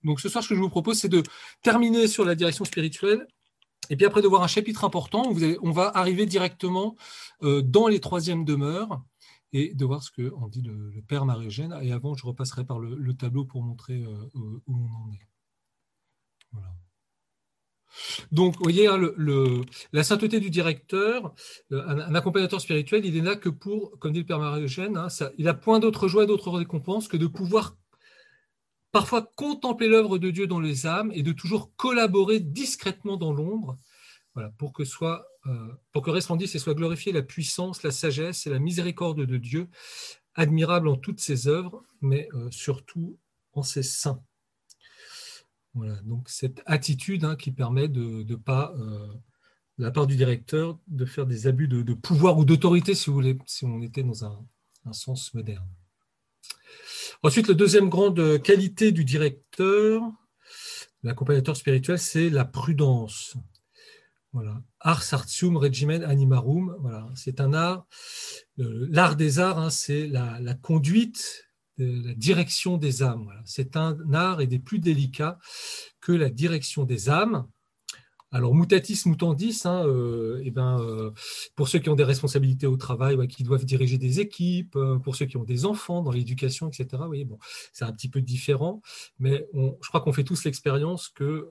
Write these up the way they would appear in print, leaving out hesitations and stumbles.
Donc ce soir, ce que je vous propose, c'est de terminer sur la direction spirituelle, et puis après de voir un chapitre important, on va arriver directement dans les troisièmes demeures, et de voir ce qu'en dit le Père Marie-Eugène. Et avant, je repasserai par le tableau pour montrer où on en est. Voilà. Donc, vous voyez, hein, la sainteté du directeur, un accompagnateur spirituel, il est là que pour, comme dit le Père Marie-Eugène, hein, il n'a point d'autre joie, d'autre récompense que de pouvoir parfois contempler l'œuvre de Dieu dans les âmes et de toujours collaborer discrètement dans l'ombre, voilà, pour que resplendisse et soit glorifiée la puissance, la sagesse et la miséricorde de Dieu, admirable en toutes ses œuvres, mais surtout en ses saints. Voilà, donc cette attitude qui permet de pas, de la part du directeur, de faire des abus de pouvoir ou d'autorité, si vous voulez, si on était dans un sens moderne. Ensuite, la deuxième grande qualité du directeur, l'accompagnateur spirituel, c'est la prudence. Voilà. Ars artium regimen animarum. Voilà. C'est un art. L'art des arts, c'est la conduite, la direction des âmes. Voilà. C'est un art et des plus délicats que la direction des âmes. Alors, mutatis mutandis, pour ceux qui ont des responsabilités au travail, qui doivent diriger des équipes, pour ceux qui ont des enfants dans l'éducation, etc., vous voyez, bon, c'est un petit peu différent, mais je crois qu'on fait tous l'expérience que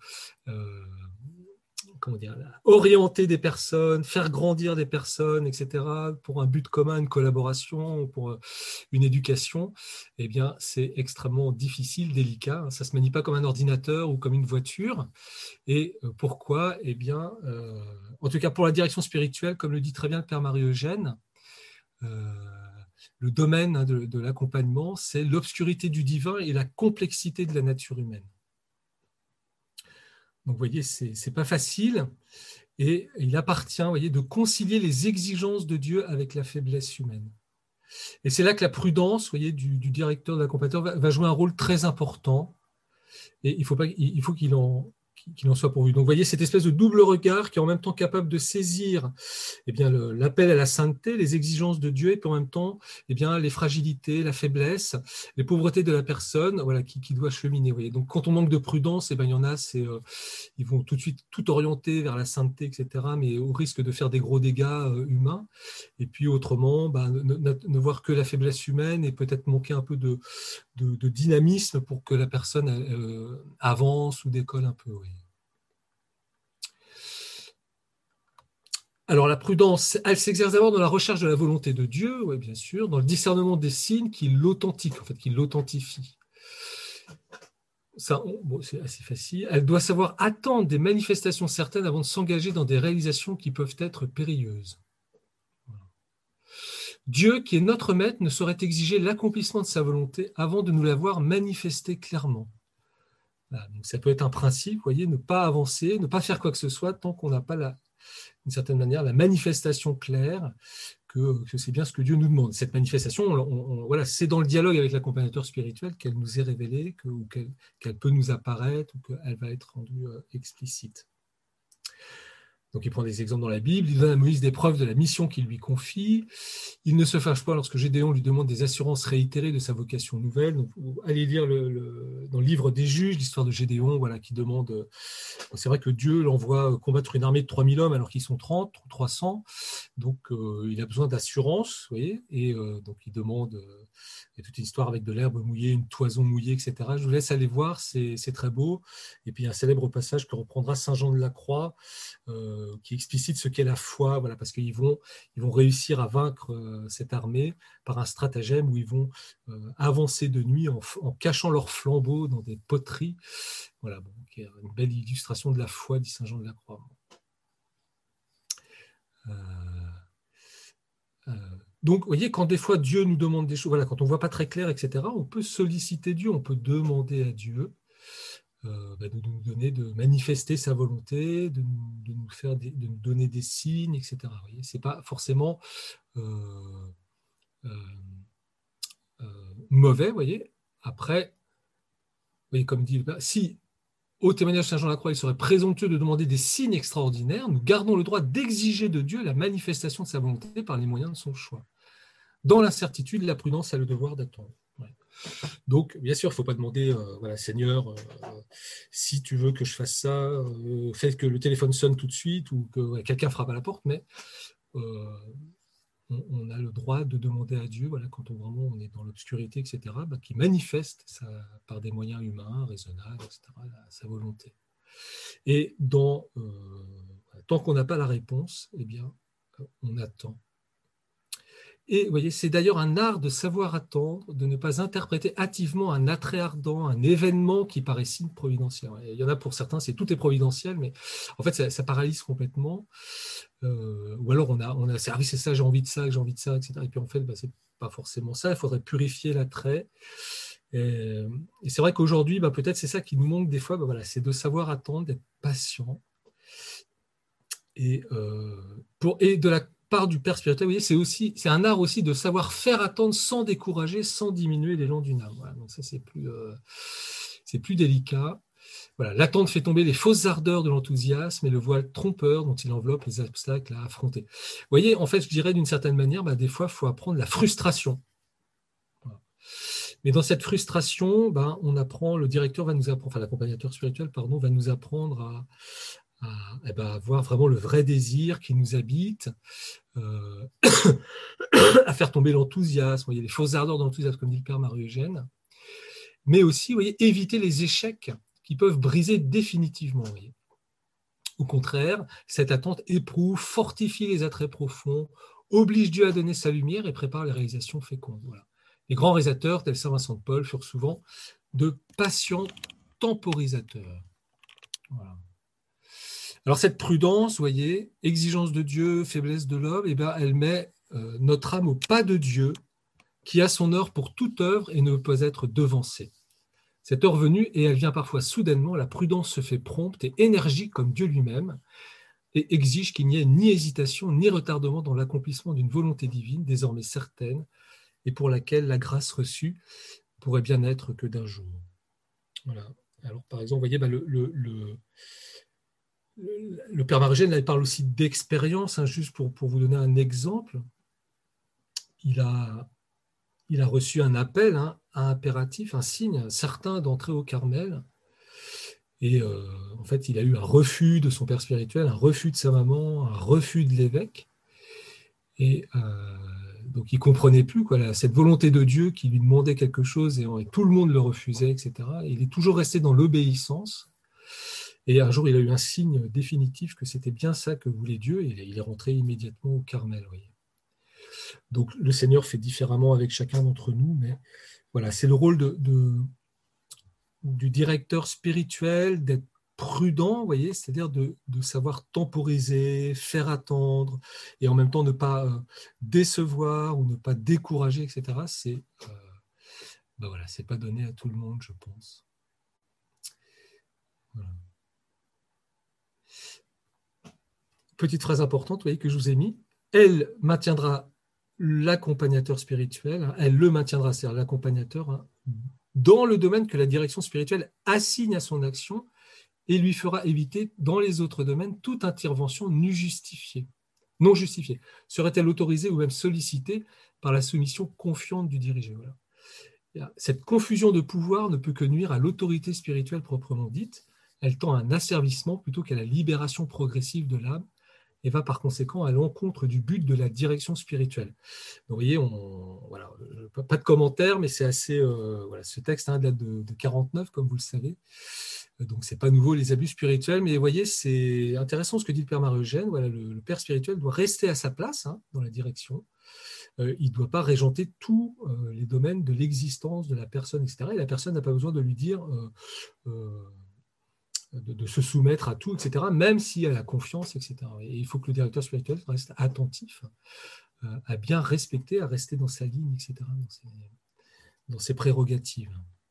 orienter des personnes, faire grandir des personnes, etc., pour un but commun, une collaboration, pour une éducation, eh bien, c'est extrêmement difficile, délicat. Ça ne se manie pas comme un ordinateur ou comme une voiture. Et pourquoi ? Eh bien, en tout cas pour la direction spirituelle, comme le dit très bien le Père Marie-Eugène, le domaine de l'accompagnement, c'est l'obscurité du divin et la complexité de la nature humaine. Donc, vous voyez, c'est pas facile, et il appartient, vous voyez, de concilier les exigences de Dieu avec la faiblesse humaine. Et c'est là que la prudence, vous voyez, du directeur, de l'accompagnateur va jouer un rôle très important. Et il faut qu'il en soit pourvu. Donc, vous voyez cette espèce de double regard qui est en même temps capable de saisir l'appel à la sainteté, les exigences de Dieu, et puis en même temps les fragilités, la faiblesse, les pauvretés de la personne, voilà, qui doit cheminer. Vous voyez. Donc, quand on manque de prudence, il y en a, ils vont tout de suite tout orienter vers la sainteté, etc., mais au risque de faire des gros dégâts humains. Et puis autrement, ne voir que la faiblesse humaine et peut-être manquer un peu de dynamisme pour que la personne avance ou décolle un peu. Oui. Alors la prudence, elle s'exerce d'abord dans la recherche de la volonté de Dieu, oui, bien sûr, dans le discernement des signes qui l'authentifient, qui l'authentifient. Ça, c'est assez facile. Elle doit savoir attendre des manifestations certaines avant de s'engager dans des réalisations qui peuvent être périlleuses. Dieu, qui est notre maître, ne saurait exiger l'accomplissement de sa volonté avant de nous l'avoir manifesté clairement. Voilà, donc ça peut être un principe, vous voyez, ne pas avancer, ne pas faire quoi que ce soit tant qu'on n'a pas, d'une certaine manière, la manifestation claire que c'est bien ce que Dieu nous demande. Cette manifestation, voilà, c'est dans le dialogue avec l'accompagnateur spirituel qu'elle nous est révélée, qu'elle peut nous apparaître, ou qu'elle va être rendue explicite. Donc, il prend des exemples dans la Bible, il donne à Moïse des preuves de la mission qu'il lui confie. Il ne se fâche pas lorsque Gédéon lui demande des assurances réitérées de sa vocation nouvelle. Donc, allez lire dans le livre des Juges, l'histoire de Gédéon, voilà, qui demande... C'est vrai que Dieu l'envoie combattre une armée de 3000 hommes alors qu'ils sont 30 ou 300. Donc, il a besoin d'assurance, vous voyez, et donc il demande... il y a toute une histoire avec de l'herbe mouillée, une toison mouillée, etc. Je vous laisse aller voir, c'est très beau. Et puis, il y a un célèbre passage que reprendra Saint Jean de la Croix, qui explicite ce qu'est la foi, voilà, parce qu'ils vont réussir à vaincre cette armée par un stratagème où ils vont avancer de nuit en cachant leurs flambeaux dans des poteries. Voilà, bon, qui est une belle illustration de la foi, dit Saint Jean de la Croix. Donc, vous voyez, quand des fois Dieu nous demande des choses, voilà, quand on ne voit pas très clair, etc., on peut solliciter Dieu, on peut demander à Dieu de nous donner, de manifester sa volonté, de nous donner des signes, etc. Ce n'est pas forcément mauvais, vous voyez. Après, vous voyez, comme dit, si au témoignage de Saint Jean de la Croix, il serait présomptueux de demander des signes extraordinaires, nous gardons le droit d'exiger de Dieu la manifestation de sa volonté par les moyens de son choix. Dans l'incertitude, la prudence a le devoir d'attendre. Ouais. Donc, bien sûr, il ne faut pas demander, voilà, Seigneur, si tu veux que je fasse ça, fais que le téléphone sonne tout de suite ou que quelqu'un frappe à la porte, mais on a le droit de demander à Dieu, voilà, quand vraiment on est dans l'obscurité, etc., qu'il manifeste par des moyens humains, raisonnables, etc., sa volonté. Et tant qu'on n'a pas la réponse, eh bien, on attend. Et vous voyez, c'est d'ailleurs un art de savoir attendre, de ne pas interpréter hâtivement un attrait ardent, un événement qui paraît signe providentiel. Il y en a pour certains, tout est providentiel, mais en fait, ça paralyse complètement. Ou alors on a servi, c'est ça, j'ai envie de ça, etc. Et puis en fait, c'est pas forcément ça. Il faudrait purifier l'attrait. Et c'est vrai qu'aujourd'hui, peut-être c'est ça qui nous manque des fois. Voilà, c'est de savoir attendre, d'être patient. Et de la part du Père spirituel, vous voyez, c'est un art aussi de savoir faire attendre sans décourager, sans diminuer l'élan d'une âme. Voilà, donc ça, c'est plus délicat. Voilà, l'attente fait tomber les fausses ardeurs de l'enthousiasme et le voile trompeur dont il enveloppe les obstacles à affronter. Vous voyez, en fait, je dirais d'une certaine manière, des fois, il faut apprendre la frustration. Voilà. Mais dans cette frustration, on apprend, le directeur va nous apprendre, enfin l'accompagnateur spirituel, pardon, va nous apprendre à avoir vraiment le vrai désir qui nous habite, à faire tomber l'enthousiasme, voyez, les fausses ardeurs de l'enthousiasme, comme dit le Père Marie-Eugène, mais aussi, voyez, éviter les échecs qui peuvent briser définitivement. Voyez. Au contraire, cette attente éprouve, fortifie les attraits profonds, oblige Dieu à donner sa lumière et prépare les réalisations fécondes. Voilà. Les grands réalisateurs, tels Saint Vincent de Paul, furent souvent de patients temporisateurs. Voilà. Alors cette prudence, vous voyez, exigence de Dieu, faiblesse de l'homme, elle met notre âme au pas de Dieu, qui a son heure pour toute œuvre et ne peut être devancée. Cette heure venue, et elle vient parfois soudainement, la prudence se fait prompte et énergique comme Dieu lui-même, et exige qu'il n'y ait ni hésitation ni retardement dans l'accomplissement d'une volonté divine, désormais certaine, et pour laquelle la grâce reçue pourrait bien être que d'un jour. Voilà. Alors par exemple, vous voyez, le Père Marie-Eugène, il parle aussi d'expérience, juste pour vous donner un exemple. Il a reçu un appel, un impératif, un signe certain d'entrer au Carmel. Et en fait, il a eu un refus de son père spirituel, un refus de sa maman, un refus de l'évêque. Et donc, il ne comprenait plus cette volonté de Dieu qui lui demandait quelque chose et tout le monde le refusait, etc. Et il est toujours resté dans l'obéissance. Et un jour, il a eu un signe définitif que c'était bien ça que voulait Dieu, et il est rentré immédiatement au Carmel. Oui. Donc, le Seigneur fait différemment avec chacun d'entre nous, mais voilà, c'est le rôle du directeur spirituel d'être prudent, vous voyez, c'est-à-dire de savoir temporiser, faire attendre, et en même temps ne pas décevoir ou ne pas décourager, etc. C'est c'est pas donné à tout le monde, je pense. Voilà. Petite phrase importante, vous voyez, que je vous ai mis. Elle maintiendra l'accompagnateur spirituel, elle le maintiendra, c'est-à-dire l'accompagnateur, dans le domaine que la direction spirituelle assigne à son action et lui fera éviter dans les autres domaines toute intervention non justifiée. Serait-elle autorisée ou même sollicitée par la soumission confiante du dirigé? Voilà. Cette confusion de pouvoir ne peut que nuire à l'autorité spirituelle proprement dite. Elle tend à un asservissement plutôt qu'à la libération progressive de l'âme et va par conséquent à l'encontre du but de la direction spirituelle. Donc, vous voyez, pas de commentaire, mais c'est assez... ce texte date de 1949, comme vous le savez. Donc, ce n'est pas nouveau, les abus spirituels. Mais vous voyez, c'est intéressant ce que dit le Père Marie-Eugène. Voilà, le Père spirituel doit rester à sa place dans la direction. Il ne doit pas régenter tous les domaines de l'existence de la personne, etc. Et la personne n'a pas besoin de lui dire... de se soumettre à tout, etc., même si elle a confiance, etc. Et il faut que le directeur spirituel reste attentif à bien respecter, à rester dans sa ligne, etc., dans ses prérogatives.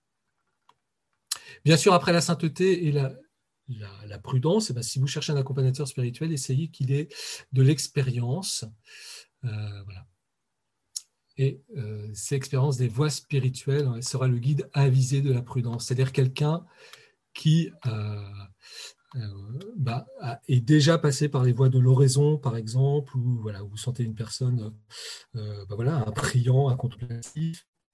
Bien sûr, après la sainteté et la prudence, si vous cherchez un accompagnateur spirituel, essayez qu'il ait de l'expérience. Voilà. Et cette expérience des voies spirituelles sera le guide avisé de la prudence, c'est-à-dire quelqu'un qui est déjà passé par les voies de l'oraison, par exemple, où vous sentez une personne, un priant, un contemplatif,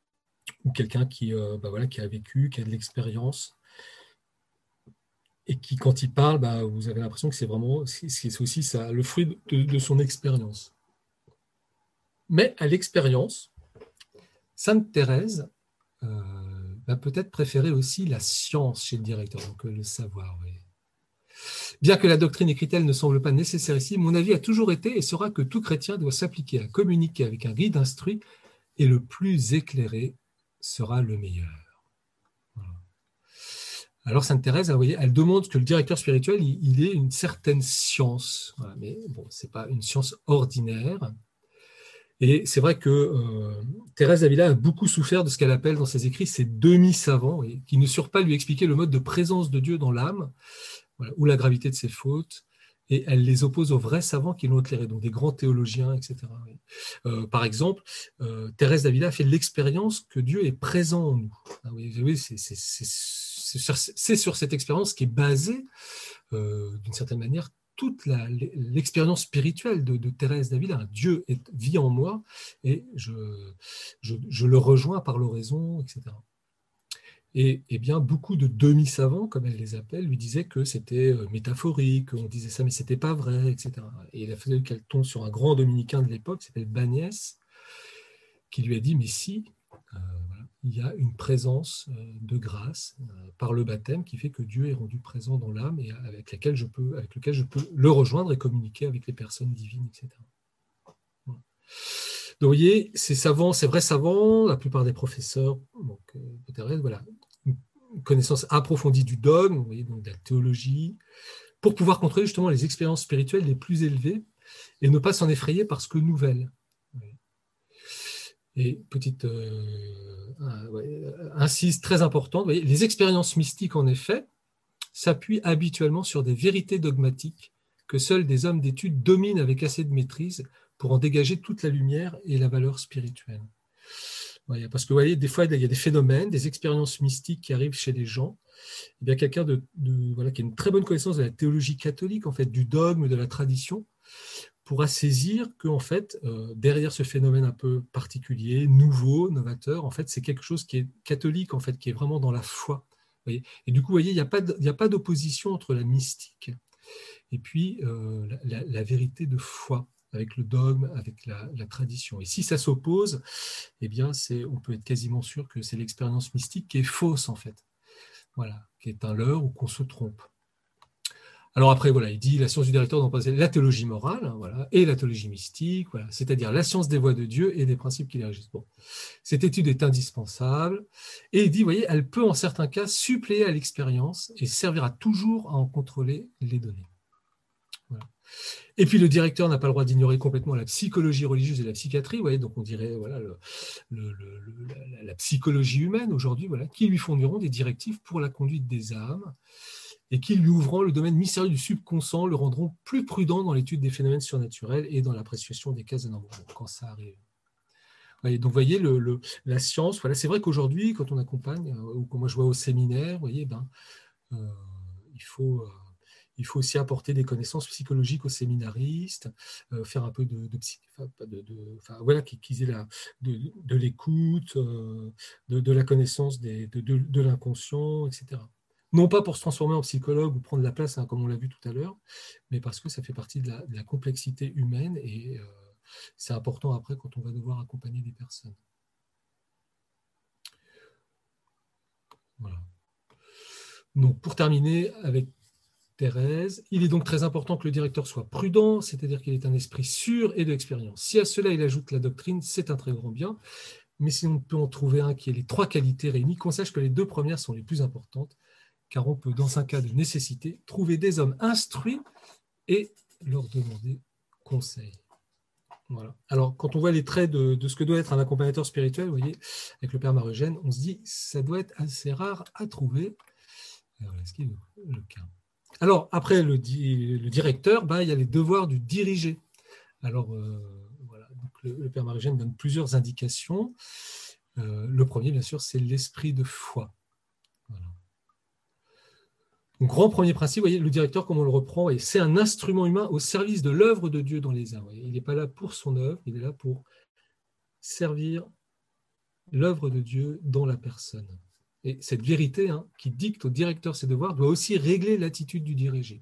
ou quelqu'un qui, voilà, qui a vécu, qui a de l'expérience, et qui, quand il parle, vous avez l'impression que c'est vraiment, c'est aussi ça, le fruit de son expérience. Mais à l'expérience, Sainte Thérèse va peut-être préférer aussi la science chez le directeur, donc le savoir. Oui. Bien que la doctrine écrite, elle, ne semble pas nécessaire ici, mon avis a toujours été et sera que tout chrétien doit s'appliquer à communiquer avec un guide instruit, et le plus éclairé sera le meilleur. Voilà. Alors Sainte Thérèse, vous voyez, elle demande que le directeur spirituel il ait une certaine science, voilà, mais bon, c'est pas une science ordinaire. Et c'est vrai que Thérèse d'Avila a beaucoup souffert de ce qu'elle appelle dans ses écrits ces demi-savants, qui ne surent pas lui expliquer le mode de présence de Dieu dans l'âme, voilà, ou la gravité de ses fautes, et elle les oppose aux vrais savants qui l'ont éclairé, donc des grands théologiens, etc. Par exemple, Thérèse d'Avila a fait l'expérience que Dieu est présent en nous. Ah oui, c'est sur cette expérience qui est basée, d'une certaine manière, toute l'expérience spirituelle de Thérèse d'Avila. Dieu vit en moi et je le rejoins par l'oraison, etc. Et bien, beaucoup de demi-savants, comme elle les appelle, lui disaient que c'était métaphorique, on disait ça, mais c'était pas vrai, etc. Et il a fallu qu'elle tombe sur un grand dominicain de l'époque, qui s'appelle Bagnès, qui lui a dit, mais si, voilà, il y a une présence de grâce par le baptême qui fait que Dieu est rendu présent dans l'âme et avec lequel je peux le rejoindre et communiquer avec les personnes divines, etc. Voilà. Donc, vous voyez, ces savants, ces vrais savants, la plupart des professeurs, donc, de Thérèse, voilà, une connaissance approfondie du dogme, vous voyez, donc de la théologie, pour pouvoir contrôler justement les expériences spirituelles les plus élevées et ne pas s'en effrayer parce que nouvelles. Et petite incise très importante, vous voyez, les expériences mystiques, en effet, s'appuient habituellement sur des vérités dogmatiques que seuls des hommes d'étude dominent avec assez de maîtrise pour en dégager toute la lumière et la valeur spirituelle. Ouais, parce que vous voyez, des fois, il y a des phénomènes, des expériences mystiques qui arrivent chez les gens. Et bien, quelqu'un voilà, qui a une très bonne connaissance de la théologie catholique, en fait, du dogme, de la tradition, pourra saisir que, en fait, derrière ce phénomène un peu particulier, nouveau, novateur, en fait, c'est quelque chose qui est catholique, en fait, qui est vraiment dans la foi. Vous voyez. Et du coup, vous voyez, il n'y a pas d'opposition entre la mystique et puis la vérité de foi, avec le dogme, avec la tradition. Et si ça s'oppose, eh bien, on peut être quasiment sûr que c'est l'expérience mystique qui est fausse, en fait. Voilà, qui est un leurre ou qu'on se trompe. Alors après, voilà, il dit la science du directeur d'en passer la théologie morale, hein, voilà, et la théologie mystique, voilà, c'est-à-dire la science des voies de Dieu et des principes qui les régissent. Bon. Cette étude est indispensable, et il dit, vous voyez, elle peut en certains cas suppléer à l'expérience et servira toujours à en contrôler les données. Voilà. Et puis le directeur n'a pas le droit d'ignorer complètement la psychologie religieuse et la psychiatrie, vous voyez, donc on dirait voilà, la psychologie humaine aujourd'hui, voilà, qui lui fourniront des directives pour la conduite des âmes et qui lui ouvrant le domaine mystérieux du subconscient le rendront plus prudent dans l'étude des phénomènes surnaturels et dans l'appréciation des cas anormaux quand ça arrive. Voyez, donc, vous voyez, la science, voilà, c'est vrai qu'aujourd'hui, quand on accompagne, ou quand moi je vois au séminaire, vous voyez, il faut aussi apporter des connaissances psychologiques aux séminaristes, faire un peu voilà, qu'ils aient de l'écoute, de la connaissance de l'inconscient, etc. Non pas pour se transformer en psychologue ou prendre la place, hein, comme on l'a vu tout à l'heure, mais parce que ça fait partie de la complexité humaine et c'est important après quand on va devoir accompagner des personnes. Voilà. Donc, pour terminer avec Thérèse, il est donc très important que le directeur soit prudent, c'est-à-dire qu'il ait un esprit sûr et de l'expérience. Si à cela il ajoute la doctrine, c'est un très grand bien, mais si on peut en trouver un qui ait les trois qualités réunies, qu'on sache que les deux premières sont les plus importantes, car on peut, dans un cas de nécessité, trouver des hommes instruits et leur demander conseil. Voilà. Alors, quand on voit les traits de ce que doit être un accompagnateur spirituel, vous voyez, avec le père Marugène, on se dit ça doit être assez rare à trouver. Alors, est-ce qu'il est le cas? Alors, après le directeur, il y a les devoirs du dirigé. Alors, voilà, donc le père Marugène donne plusieurs indications. Le premier, bien sûr, c'est l'esprit de foi. Voilà. Donc, grand premier principe, vous voyez, le directeur, comme on le reprend, c'est un instrument humain au service de l'œuvre de Dieu dans les âmes. Il n'est pas là pour son œuvre, il est là pour servir l'œuvre de Dieu dans la personne. Et cette vérité qui dicte au directeur ses devoirs doit aussi régler l'attitude du dirigé.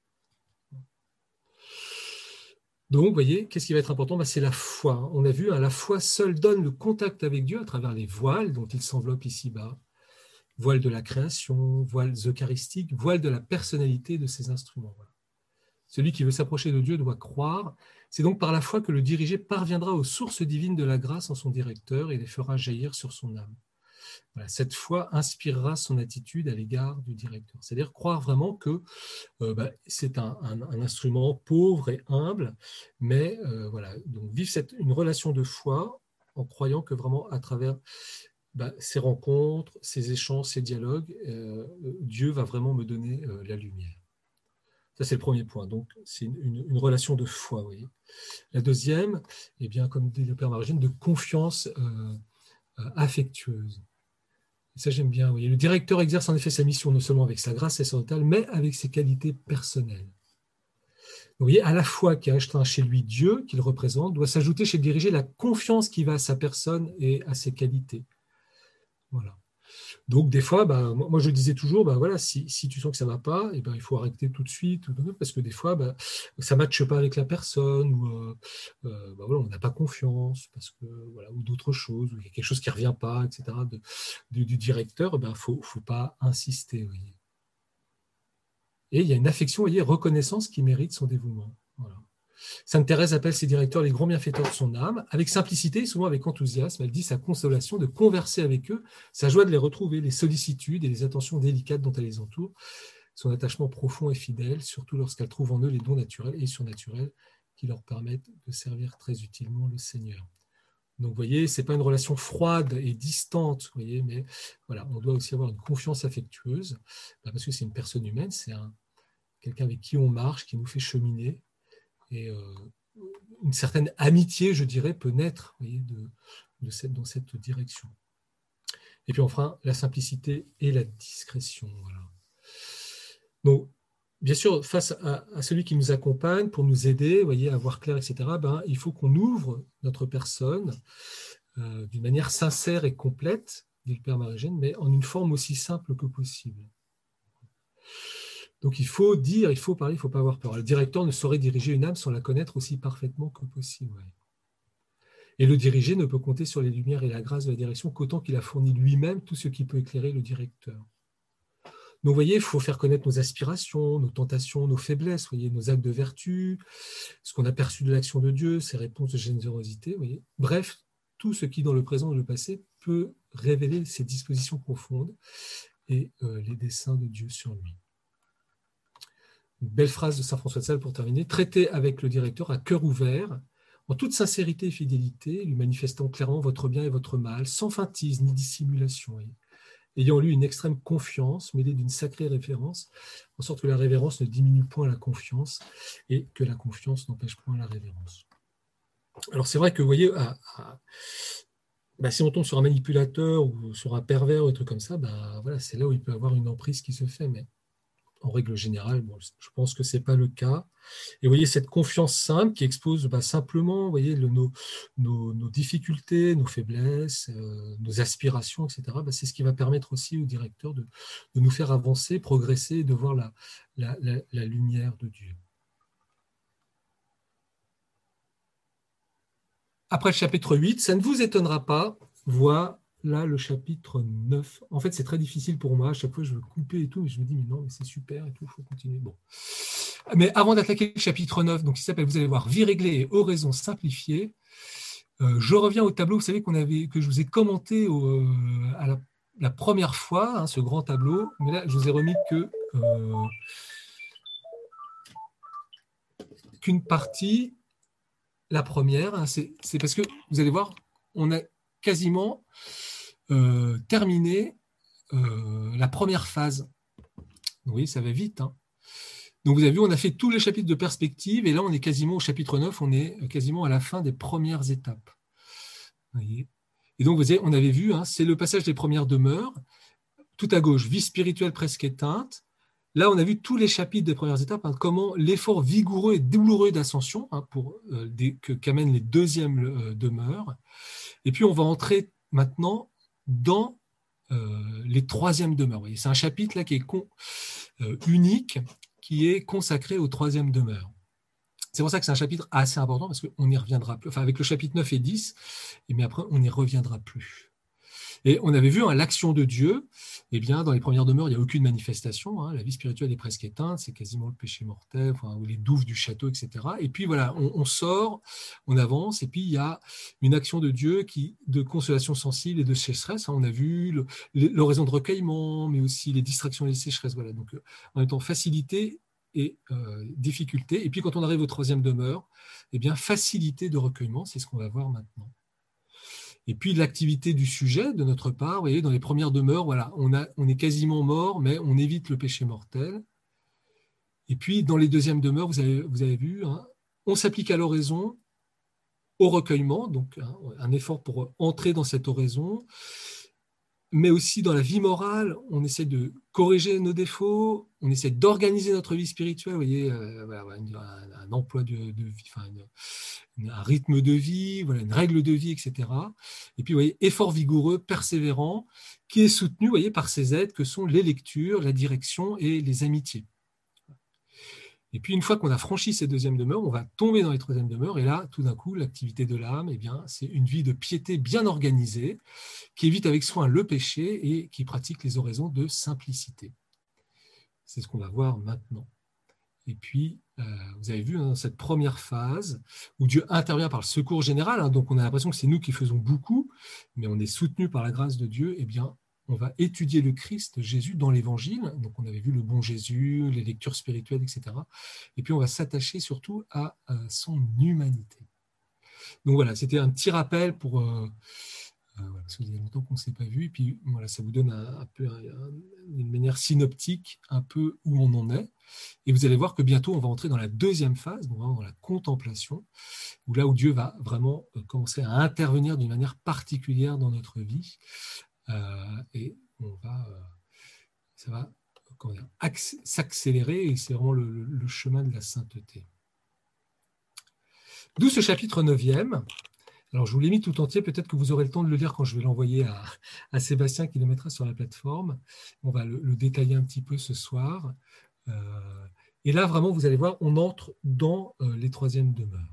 Donc, vous voyez, qu'est-ce qui va être important? C'est la foi. On a vu, la foi seule donne le contact avec Dieu à travers les voiles dont il s'enveloppe ici-bas. Voile de la création, voile eucharistique, voile de la personnalité de ces instruments. Voilà. Celui qui veut s'approcher de Dieu doit croire. C'est donc par la foi que le dirigé parviendra aux sources divines de la grâce en son directeur et les fera jaillir sur son âme. Voilà, cette foi inspirera son attitude à l'égard du directeur. C'est-à-dire croire vraiment que c'est un instrument pauvre et humble, mais voilà, donc vivre une relation de foi en croyant que vraiment à travers ces rencontres, ces échanges, ces dialogues, Dieu va vraiment me donner la lumière. Ça, c'est le premier point. Donc, c'est une relation de foi. Vous voyez. La deuxième, eh bien, comme dit le Père Margine, de confiance affectueuse. Et ça, j'aime bien. Vous voyez. Le directeur exerce en effet sa mission non seulement avec sa grâce sacerdotale, mais avec ses qualités personnelles. Vous voyez, à la fois qu'il a chez lui Dieu, qu'il représente, doit s'ajouter chez le dirigé la confiance qui va à sa personne et à ses qualités. Voilà. Donc, des fois, moi, je disais toujours, voilà, si tu sens que ça ne va pas, il faut arrêter tout de suite, parce que des fois, ça ne matche pas avec la personne, ou voilà, on n'a pas confiance, parce que, voilà, ou d'autres choses, ou il y a quelque chose qui ne revient pas, etc., du directeur, il ne faut pas insister. Vous voyez. Et il y a une affection, vous voyez, reconnaissance qui mérite son dévouement. Voilà. Sainte Thérèse appelle ses directeurs les grands bienfaiteurs de son âme. Avec simplicité, souvent avec enthousiasme, elle dit sa consolation de converser avec eux, sa joie de les retrouver, les sollicitudes et les attentions délicates dont elle les entoure, son attachement profond et fidèle, surtout lorsqu'elle trouve en eux les dons naturels et surnaturels qui leur permettent de servir très utilement le Seigneur. Donc, vous voyez, ce n'est pas une relation froide et distante, vous voyez, mais voilà, on doit aussi avoir une confiance affectueuse, parce que c'est une personne humaine, c'est quelqu'un avec qui on marche, qui nous fait cheminer. Et une certaine amitié, je dirais, peut naître, vous voyez, dans cette direction. Et puis enfin, la simplicité et la discrétion. Voilà. Donc, bien sûr, face à celui qui nous accompagne, pour nous aider, vous voyez, à voir clair, etc., il faut qu'on ouvre notre personne d'une manière sincère et complète, dit le Père Marigène, mais en une forme aussi simple que possible. Donc, il faut dire, il faut parler, il ne faut pas avoir peur. Le directeur ne saurait diriger une âme sans la connaître aussi parfaitement que possible. Ouais. Et le dirigé ne peut compter sur les lumières et la grâce de la direction qu'autant qu'il a fourni lui-même tout ce qui peut éclairer le directeur. Donc, vous voyez, il faut faire connaître nos aspirations, nos tentations, nos faiblesses, vous voyez, nos actes de vertu, ce qu'on a perçu de l'action de Dieu, ses réponses de générosité. Vous voyez. Bref, tout ce qui, dans le présent et le passé, peut révéler ses dispositions profondes et les desseins de Dieu sur lui. Une belle phrase de saint François de Sales pour terminer. Traitez avec le directeur à cœur ouvert, en toute sincérité et fidélité, lui manifestant clairement votre bien et votre mal, sans feintise ni dissimulation. Ayant lui une extrême confiance, mêlée d'une sacrée révérence, en sorte que la révérence ne diminue point la confiance et que la confiance n'empêche point la révérence. Alors c'est vrai que, vous voyez, si on tombe sur un manipulateur ou sur un pervers ou un truc comme ça, voilà, c'est là où il peut avoir une emprise qui se fait, mais en règle générale, je pense que ce n'est pas le cas. Et vous voyez, cette confiance simple qui expose simplement, vous voyez, nos difficultés, nos faiblesses, nos aspirations, etc., c'est ce qui va permettre aussi au directeur de nous faire avancer, progresser, de voir la lumière de Dieu. Après le chapitre 8, ça ne vous étonnera pas, voilà le chapitre 9. En fait, c'est très difficile pour moi. À chaque fois, je veux couper et tout, mais je me dis, mais non, mais c'est super et tout, il faut continuer. Bon. Mais avant d'attaquer le chapitre 9, donc, qui s'appelle, vous allez voir, Vie réglée et oraison simplifiée, je reviens au tableau, vous savez, que je vous ai commenté à la première fois, ce grand tableau, mais là, je vous ai remis qu'une partie, la première, c'est parce que, vous allez voir, on a quasiment terminé la première phase. Oui, ça va vite. Donc, vous avez vu, on a fait tous les chapitres de perspective, et là, on est quasiment au chapitre 9, on est quasiment à la fin des premières étapes. Vous voyez. Et donc, vous voyez, on avait vu, c'est le passage des premières demeures. Tout à gauche, vie spirituelle presque éteinte. Là, on a vu tous les chapitres des premières étapes, comment l'effort vigoureux et douloureux d'ascension qu'amènent les deuxièmes demeures. Et puis, on va entrer maintenant dans les troisièmes demeures. C'est un chapitre là qui est unique, qui est consacré aux troisièmes demeures. C'est pour ça que c'est un chapitre assez important, parce qu'on n'y reviendra plus. Enfin, avec le chapitre 9 et 10, mais après, on n'y reviendra plus. Et on avait vu l'action de Dieu. Eh bien, dans les premières demeures, il n'y a aucune manifestation. La vie spirituelle est presque éteinte. C'est quasiment le péché mortel, ou les douves du château, etc. Et puis voilà, on sort, on avance, et puis il y a une action de Dieu de consolation sensible et de sécheresse. On a vu l'oraison de recueillement, mais aussi les distractions et les sécheresses. Voilà. Donc, en même temps, facilité et difficulté. Et puis, quand on arrive aux troisième demeure, eh bien, facilité de recueillement, c'est ce qu'on va voir maintenant. Et puis l'activité du sujet de notre part, vous voyez, dans les premières demeures, voilà, on est quasiment mort, mais on évite le péché mortel. Et puis dans les deuxièmes demeures, vous avez vu, on s'applique à l'oraison, au recueillement, donc un effort pour entrer dans cette oraison, mais aussi dans la vie morale, on essaie de corriger nos défauts, on essaie d'organiser notre vie spirituelle, vous voyez, un emploi de vie, un rythme de vie, une règle de vie, etc. Et puis, vous voyez, effort vigoureux, persévérant, qui est soutenu, vous voyez, par ces aides que sont les lectures, la direction et les amitiés. Et puis, une fois qu'on a franchi ces deuxièmes demeures, on va tomber dans les troisièmes demeures. Et là, tout d'un coup, l'activité de l'âme, eh bien, c'est une vie de piété bien organisée, qui évite avec soin le péché et qui pratique les oraisons de simplicité. C'est ce qu'on va voir maintenant. Et puis, vous avez vu dans cette première phase où Dieu intervient par le secours général, donc on a l'impression que c'est nous qui faisons beaucoup, mais on est soutenu par la grâce de Dieu, eh bien, on va étudier le Christ, Jésus, dans l'Évangile. Donc, on avait vu le bon Jésus, les lectures spirituelles, etc. Et puis, on va s'attacher surtout à son humanité. Donc, voilà, c'était un petit rappel pour... parce qu'il y a longtemps qu'on ne s'est pas vu. Et puis, voilà, ça vous donne un peu une manière synoptique, un peu où on en est. Et vous allez voir que bientôt, on va entrer dans la deuxième phase, donc dans la contemplation, où là où Dieu va vraiment commencer à intervenir d'une manière particulière dans notre vie. Et ça va s'accélérer, et c'est vraiment le chemin de la sainteté. D'où ce chapitre 9e. Alors, je vous l'ai mis tout entier, peut-être que vous aurez le temps de le lire quand je vais l'envoyer à Sébastien qui le mettra sur la plateforme. On va le détailler un petit peu ce soir. Et là, vraiment, vous allez voir, on entre dans les troisièmes demeures.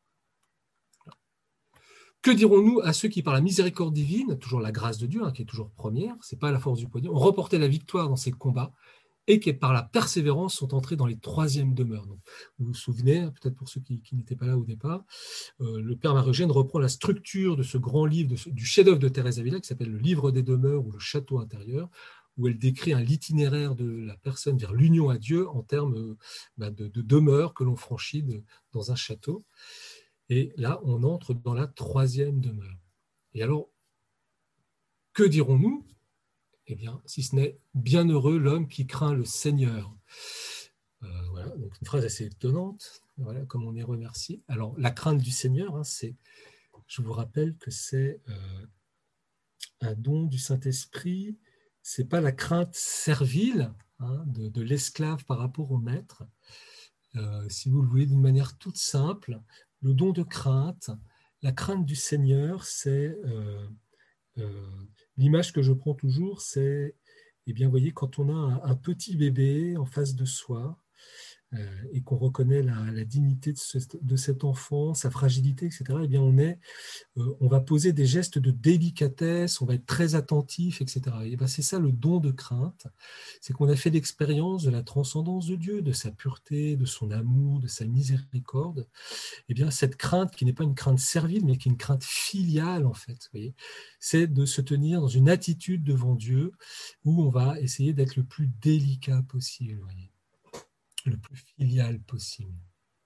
Que dirons-nous à ceux qui, par la miséricorde divine, toujours la grâce de Dieu, qui est toujours première, ce n'est pas la force du poignet, ont remporté la victoire dans ces combats et qui, par la persévérance, sont entrés dans les troisièmes demeures. Donc, vous vous souvenez, peut-être pour ceux qui n'étaient pas là au départ, le Père Marie-Eugène reprend la structure de ce grand livre, du chef-d'œuvre de Thérèse d'Avila, qui s'appelle le Livre des demeures ou le château intérieur, où elle décrit l'itinéraire de la personne vers l'union à Dieu en termes de demeures que l'on franchit dans un château. Et là, on entre dans la troisième demeure. Et alors, que dirons-nous ? Eh bien, si ce n'est « bienheureux l'homme qui craint le Seigneur ». Voilà, donc une phrase assez étonnante, voilà, comme on est remercié. Alors, la crainte du Seigneur, je vous rappelle que c'est un don du Saint-Esprit, ce n'est pas la crainte servile de l'esclave par rapport au maître. Si vous le voulez d'une manière toute simple, le don de crainte, la crainte du Seigneur, c'est... l'image que je prends toujours, c'est, vous voyez, quand on a un petit bébé en face de soi et qu'on reconnaît la dignité de cet enfant, sa fragilité, etc., on va poser des gestes de délicatesse, on va être très attentif, etc. Et c'est ça le don de crainte, c'est qu'on a fait l'expérience de la transcendance de Dieu, de sa pureté, de son amour, de sa miséricorde. Cette crainte qui n'est pas une crainte servile, mais qui est une crainte filiale, en fait, vous voyez, c'est de se tenir dans une attitude devant Dieu où on va essayer d'être le plus délicat possible, vous voyez, le plus filial possible.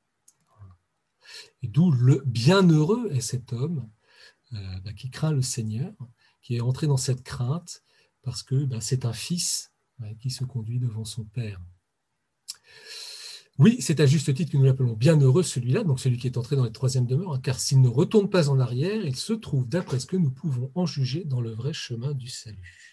Et d'où le bienheureux est cet homme qui craint le Seigneur, qui est entré dans cette crainte parce que c'est un fils qui se conduit devant son Père. Oui, c'est à juste titre que nous l'appelons bienheureux celui-là, donc celui qui est entré dans les troisième demeures, car s'il ne retourne pas en arrière, il se trouve, d'après ce que nous pouvons en juger, dans le vrai chemin du salut.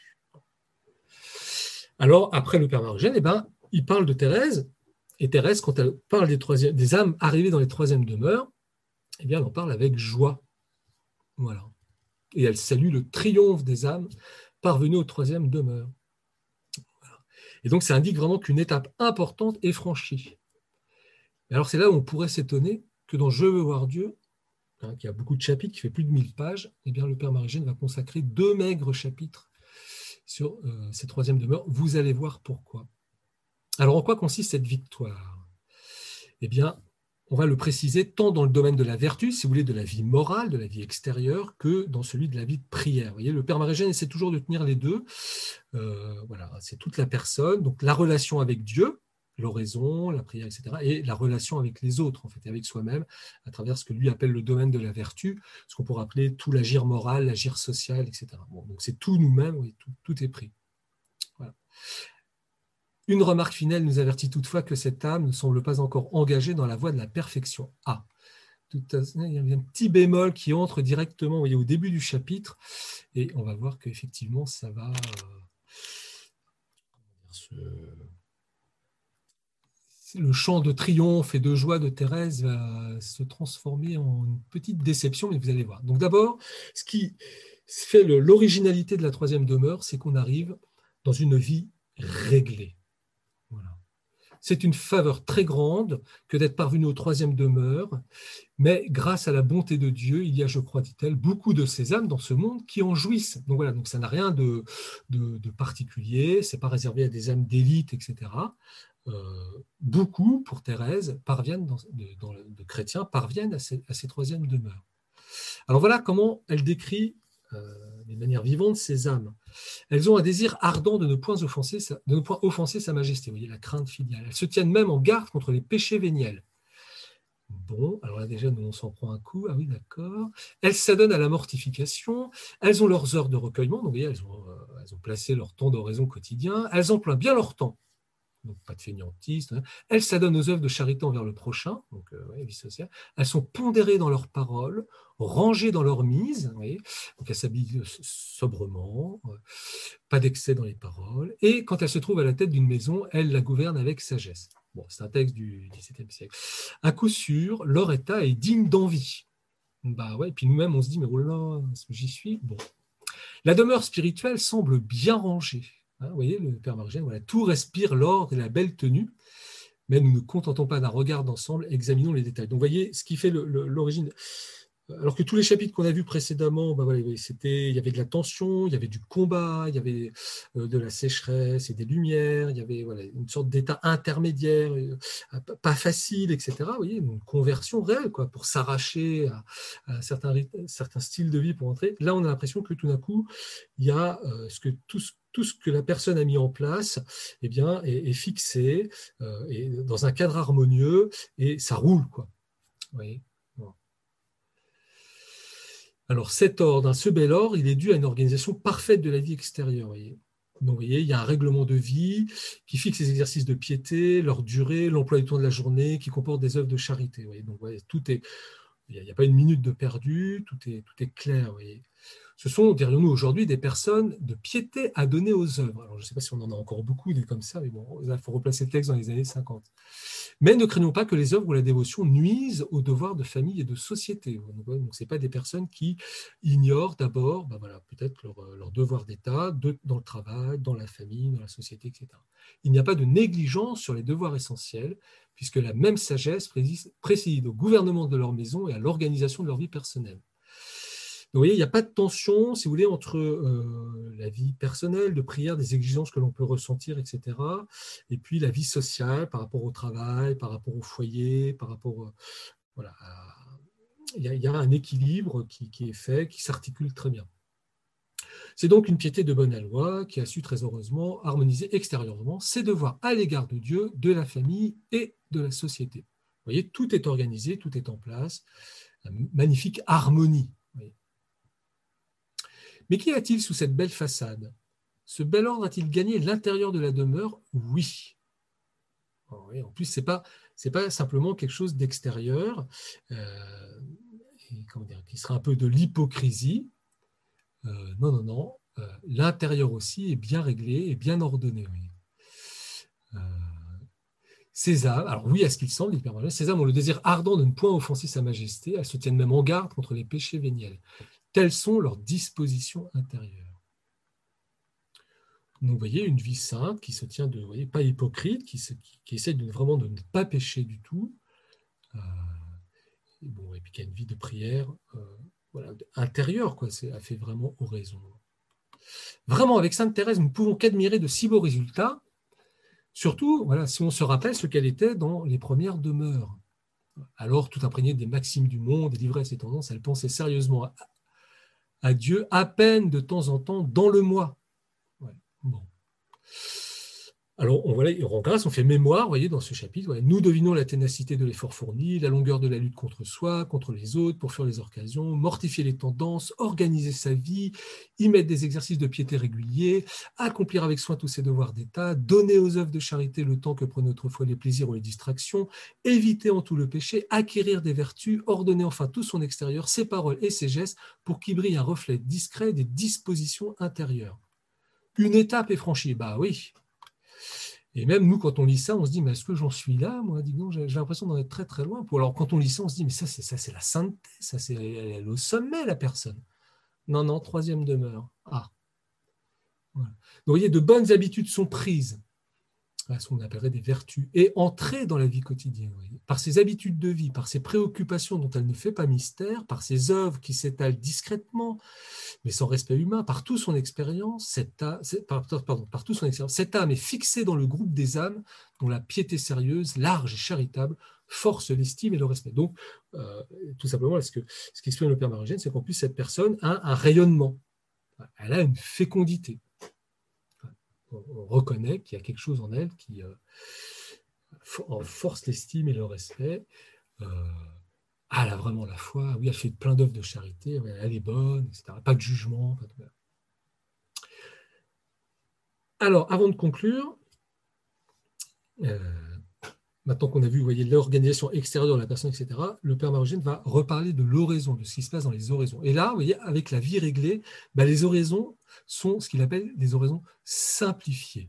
Alors, après le Père Marie-Eugène, il parle de Thérèse, et Thérèse, quand elle parle des âmes arrivées dans les troisième demeures, elle en parle avec joie. Voilà. et elle salue le triomphe des âmes parvenues aux troisième demeure. Voilà. Et donc, ça indique vraiment qu'une étape importante est franchie. Et alors, c'est là où on pourrait s'étonner que dans Je veux voir Dieu, qui a beaucoup de chapitres, qui fait plus de 1000 pages, eh bien, le Père Marie-Eugène va consacrer 2 maigres chapitres sur ces troisième demeures. Vous allez voir pourquoi. Alors, en quoi consiste cette victoire? Eh bien, on va le préciser tant dans le domaine de la vertu, si vous voulez, de la vie morale, de la vie extérieure, que dans celui de la vie de prière. Vous voyez, le Père Marie-Eugène essaie toujours de tenir les deux. Voilà, c'est toute la personne, donc la relation avec Dieu, l'oraison, la prière, etc., et la relation avec les autres, en fait, et avec soi-même, à travers ce que lui appelle le domaine de la vertu, ce qu'on pourrait appeler tout l'agir moral, l'agir social, etc. Bon, donc c'est tout nous-mêmes, oui, tout est pris. Voilà. Une remarque finale nous avertit toutefois que cette âme ne semble pas encore engagée dans la voie de la perfection. Ah, il y a un petit bémol qui entre directement, vous voyez, au début du chapitre, et on va voir qu'effectivement, ça va le chant de triomphe et de joie de Thérèse va se transformer en une petite déception, mais vous allez voir. Donc d'abord, ce qui fait l'originalité de la troisième demeure, c'est qu'on arrive dans une vie réglée. Voilà. C'est une faveur très grande que d'être parvenu aux troisième demeure, mais grâce à la bonté de Dieu, il y a, je crois, dit-elle, beaucoup de ces âmes dans ce monde qui en jouissent. Donc voilà, donc ça n'a rien de particulier, c'est pas réservé à des âmes d'élite, etc. Beaucoup, pour Thérèse, parviennent de chrétiens parviennent à ces troisième demeures. Alors voilà comment elle décrit de manière vivante ces âmes. Elles ont un désir ardent de ne point offenser sa majesté. Vous voyez, la crainte filiale. Elles se tiennent même en garde contre les péchés véniels. Bon, alors là déjà, nous, on s'en prend un coup. Ah oui, d'accord. Elles s'adonnent à la mortification. Elles ont leurs heures de recueillement. Donc, vous voyez, elles ont placé leur temps d'oraison quotidien. Elles emploient bien leur temps. Donc, pas de fainéantisme. Elles s'adonnent aux œuvres de charité envers le prochain, donc vie sociale. Elles sont pondérées dans leurs paroles, rangées dans leurs mises, donc elles s'habillent sobrement, pas d'excès dans les paroles, et quand elles se trouvent à la tête d'une maison, elles la gouvernent avec sagesse. Bon, c'est un texte du XVIIe siècle. À coup sûr, leur état est digne d'envie. Bah ouais, et puis nous-mêmes, on se dit, mais oh là, est-ce que j'y suis? Bon. La demeure spirituelle semble bien rangée. Vous voyez, le Père Marie-Eugène, voilà, tout respire l'ordre et la belle tenue, mais nous ne nous contentons pas d'un regard d'ensemble, examinons les détails. Donc, vous voyez, ce qui fait l'origine. Alors que tous les chapitres qu'on a vus précédemment, voilà, il y avait de la tension, il y avait du combat, il y avait de la sécheresse et des lumières, il y avait une sorte d'état intermédiaire, pas facile, etc. Vous voyez, une conversion réelle, quoi, pour s'arracher à certains styles de vie pour entrer. Là, on a l'impression que tout d'un coup, il y a tout ce que la personne a mis en place, eh bien, est fixé et dans un cadre harmonieux et ça roule, quoi. Vous voyez. Alors cet ordre, ce bel ordre, il est dû à une organisation parfaite de la vie extérieure. Voyez. Donc, vous voyez, il y a un règlement de vie qui fixe les exercices de piété, leur durée, l'emploi du temps de la journée, qui comporte des œuvres de charité. Voyez. Donc, voyez, il n'y a pas une minute de perdu, tout est clair. Voyez. Ce sont, dirions-nous aujourd'hui, des personnes de piété à donner aux œuvres. Alors, je ne sais pas si on en a encore beaucoup des comme ça, mais bon, il faut replacer le texte dans les années 50. Mais ne craignons pas que les œuvres ou la dévotion nuisent aux devoirs de famille et de société. Donc, ce n'est pas des personnes qui ignorent d'abord peut-être leur devoir d'État dans le travail, dans la famille, dans la société, etc. Il n'y a pas de négligence sur les devoirs essentiels, puisque la même sagesse préside au gouvernement de leur maison et à l'organisation de leur vie personnelle. Donc, vous voyez, il n'y a pas de tension, si vous voulez, entre la vie personnelle, de prière, des exigences que l'on peut ressentir, etc., et puis la vie sociale par rapport au travail, par rapport au foyer, par rapport il y a un équilibre qui est fait, qui s'articule très bien. C'est donc une piété de bonne aloi qui a su très heureusement harmoniser extérieurement ses devoirs à l'égard de Dieu, de la famille et de la société. Vous voyez, tout est organisé, tout est en place, une magnifique harmonie. Mais qu'y a-t-il sous cette belle façade? Ce bel ordre a-t-il gagné l'intérieur de la demeure? Oui. En plus, ce n'est pas simplement quelque chose d'extérieur, qui sera un peu de l'hypocrisie. Non. L'intérieur aussi est bien réglé et bien ordonné. Oui. Ces âmes, alors oui, à ce qu'il semble, ces âmes ont le désir ardent de ne point offenser sa majesté, elles se tiennent même en garde contre les péchés véniels. Telles sont leurs dispositions intérieures. Donc, vous voyez, une vie sainte qui se tient de, vous voyez, pas hypocrite, qui essaie vraiment de ne pas pécher du tout, et puis qui a une vie de prière voilà, intérieure, quoi. Elle fait vraiment oraison. Vraiment, avec Sainte Thérèse, nous ne pouvons qu'admirer de si beaux résultats, surtout voilà, si on se rappelle ce qu'elle était dans les premières demeures. Alors, tout imprégné des maximes du monde, des l'ivresse et tendances, elle pensait sérieusement à Dieu à peine de temps en temps dans le mois. Ouais. Bon. Alors, on rend grâce, on fait mémoire, vous voyez, dans ce chapitre. Ouais, nous devinons la ténacité de l'effort fourni, la longueur de la lutte contre soi, contre les autres, pour fuir les occasions, mortifier les tendances, organiser sa vie, y mettre des exercices de piété réguliers, accomplir avec soin tous ses devoirs d'État, donner aux œuvres de charité le temps que prenaient autrefois les plaisirs ou les distractions, éviter en tout le péché, acquérir des vertus, ordonner enfin tout son extérieur, ses paroles et ses gestes, pour qu'y brille un reflet discret des dispositions intérieures. Une étape est franchie, bah oui. Et même nous, quand on lit ça, on se dit, mais est-ce que j'en suis là, moi? Dis donc, j'ai l'impression d'en être très très loin. Alors quand on lit ça, on se dit, mais ça c'est la sainteté, elle est au sommet, la personne. Non, troisième demeure. Ah. Voilà. Donc vous voyez, de bonnes habitudes sont prises, ce qu'on appellerait des vertus, et entrées dans la vie quotidienne, par ses habitudes de vie, par ses préoccupations dont elle ne fait pas mystère, par ses œuvres qui s'étalent discrètement, mais sans respect humain, par toute son expérience, cette âme est fixée dans le groupe des âmes dont la piété sérieuse, large et charitable force l'estime et le respect. Donc, tout simplement, ce qu'exprime le Père Marogène, c'est qu'en plus, cette personne a un rayonnement, elle a une fécondité. On reconnaît qu'il y a quelque chose en elle qui force l'estime et le respect. Elle a vraiment la foi, oui, elle fait plein d'œuvres de charité, elle est bonne, etc. Pas de jugement. Pas de... Alors, avant de conclure, maintenant qu'on a vu, vous voyez, l'organisation extérieure de la personne, etc., le Père Marogène va reparler de l'oraison, de ce qui se passe dans les oraisons. Et là, vous voyez, avec la vie réglée, les oraisons sont ce qu'il appelle des oraisons simplifiées.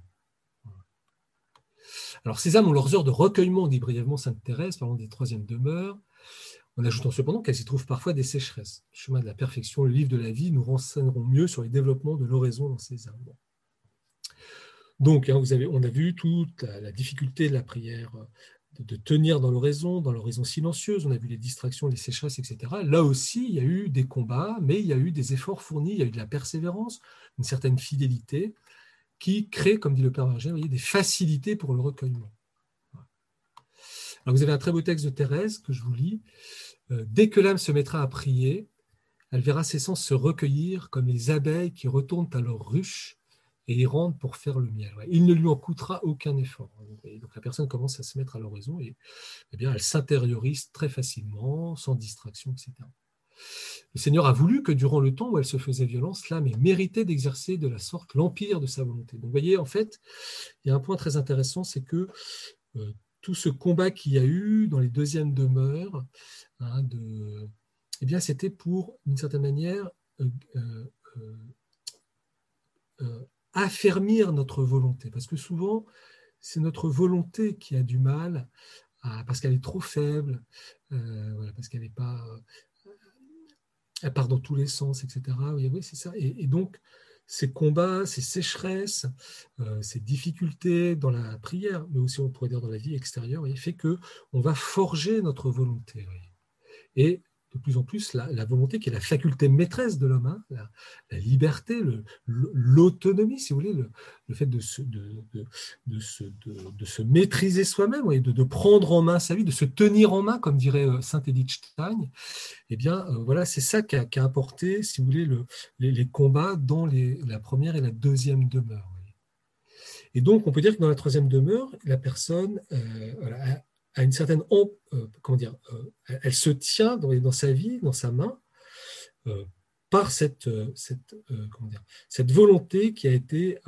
Alors, ces âmes ont leurs heures de recueillement, dit brièvement Sainte Thérèse, parlant des troisièmes demeures, en ajoutant cependant qu'elles y trouvent parfois des sécheresses. Le chemin de la perfection, le livre de la vie, nous renseigneront mieux sur les développements de l'oraison dans ces âmes. Donc, on a vu toute la difficulté de la prière, de tenir dans l'oraison silencieuse. On a vu les distractions, les sécheresses, etc. Là aussi, il y a eu des combats, mais il y a eu des efforts fournis, il y a eu de la persévérance, une certaine fidélité qui crée, comme dit le Père Marogène, des facilités pour le recueillement. Alors, vous avez un très beau texte de Thérèse que je vous lis. Dès que l'âme se mettra à prier, elle verra ses sens se recueillir comme les abeilles qui retournent à leur ruche et y rentrent pour faire le miel. Il ne lui en coûtera aucun effort. Donc la personne commence à se mettre à l'oraison et bien, elle s'intériorise très facilement, sans distraction, etc. Le Seigneur a voulu que durant le temps où elle se faisait violence, l'âme ait mérité d'exercer de la sorte l'empire de sa volonté. Donc vous voyez, en fait, il y a un point très intéressant, c'est que tout ce combat qu'il y a eu dans les deuxièmes demeures, eh bien, c'était pour, d'une certaine manière, affermir notre volonté. Parce que souvent, c'est notre volonté qui a du mal, parce qu'elle est trop faible, parce qu'elle n'est pas... elle part dans tous les sens, etc. Oui, c'est ça. Et donc, ces combats, ces sécheresses, ces difficultés dans la prière, mais aussi on pourrait dire dans la vie extérieure, fait qu'on va forger notre volonté. Et de plus en plus, la volonté qui est la faculté maîtresse de l'homme, la liberté, l'autonomie, si vous voulez, le fait de se maîtriser soi-même, de prendre en main sa vie, de se tenir en main, comme dirait saint Edith Stein, eh bien, voilà, c'est ça qui a apporté, si vous voulez, les combats dans la première et la deuxième demeure. Et donc, on peut dire que dans la troisième demeure, la personne a une certaine... elle se tient dans sa vie, dans sa main, par cette volonté qui a été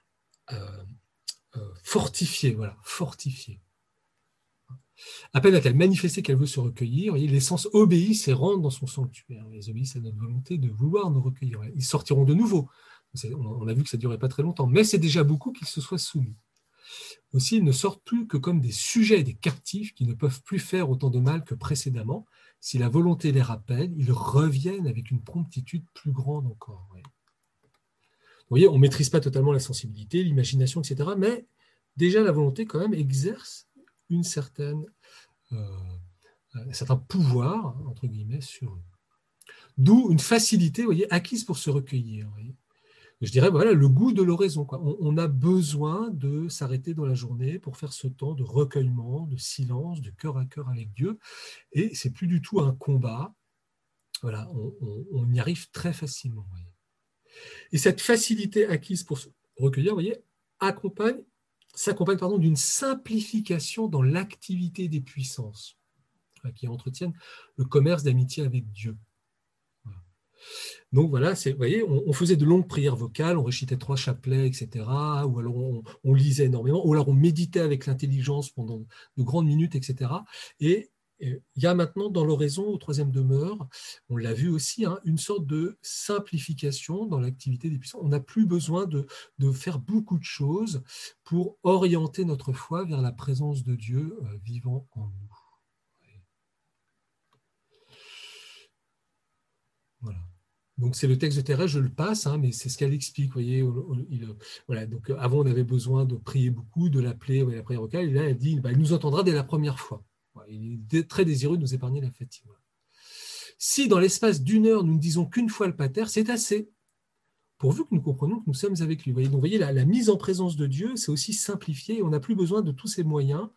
fortifiée. Fortifiée. À peine a-t-elle manifesté qu'elle veut se recueillir, les sens obéissent et rentrent dans son sanctuaire. Ils obéissent à notre volonté de vouloir nous recueillir. Ils sortiront de nouveau. On a vu que ça ne durait pas très longtemps, mais c'est déjà beaucoup qu'ils se soient soumis. Aussi, ils ne sortent plus que comme des sujets et des captifs qui ne peuvent plus faire autant de mal que précédemment. Si la volonté les rappelle, ils reviennent avec une promptitude plus grande encore. Ouais. Vous voyez, on ne maîtrise pas totalement la sensibilité, l'imagination, etc. Mais déjà, la volonté, quand même, exerce une certaine, un certain pouvoir, entre guillemets, sur eux. D'où une facilité, vous voyez, acquise pour se recueillir. Vous voyez. Je dirais, voilà, le goût de l'oraison. Quoi. On a besoin de s'arrêter dans la journée pour faire ce temps de recueillement, de silence, de cœur à cœur avec Dieu. Et c'est plus du tout un combat. Voilà, on y arrive très facilement. Vous voyez. Et cette facilité acquise pour se recueillir, vous voyez, s'accompagne d'une simplification dans l'activité des puissances qui entretiennent le commerce d'amitié avec Dieu. Voilà. Donc voilà, vous voyez, on faisait de longues prières vocales, on récitait 3 chapelets, etc. Ou alors on lisait énormément, ou alors on méditait avec l'intelligence pendant de grandes minutes, etc. Et il y a maintenant dans l'oraison, au 3e demeure, on l'a vu aussi, hein, une sorte de simplification dans l'activité des puissants. On n'a plus besoin de faire beaucoup de choses pour orienter notre foi vers la présence de Dieu vivant en nous. Voilà. Donc c'est le texte de Thérèse, je le passe, hein, mais c'est ce qu'elle explique. Vous voyez, voilà, donc, avant, on avait besoin de prier beaucoup, de l'appeler, la prière vocale, et là, elle dit il nous entendra dès la première fois. Voilà, il est très désireux de nous épargner la fatigue. Voilà. Si dans l'espace d'1 heure, nous ne disons qu'une fois le pater, c'est assez, pourvu que nous comprenions que nous sommes avec lui. Vous voyez, donc, vous voyez la mise en présence de Dieu, c'est aussi simplifié, et on n'a plus besoin de tous ces moyens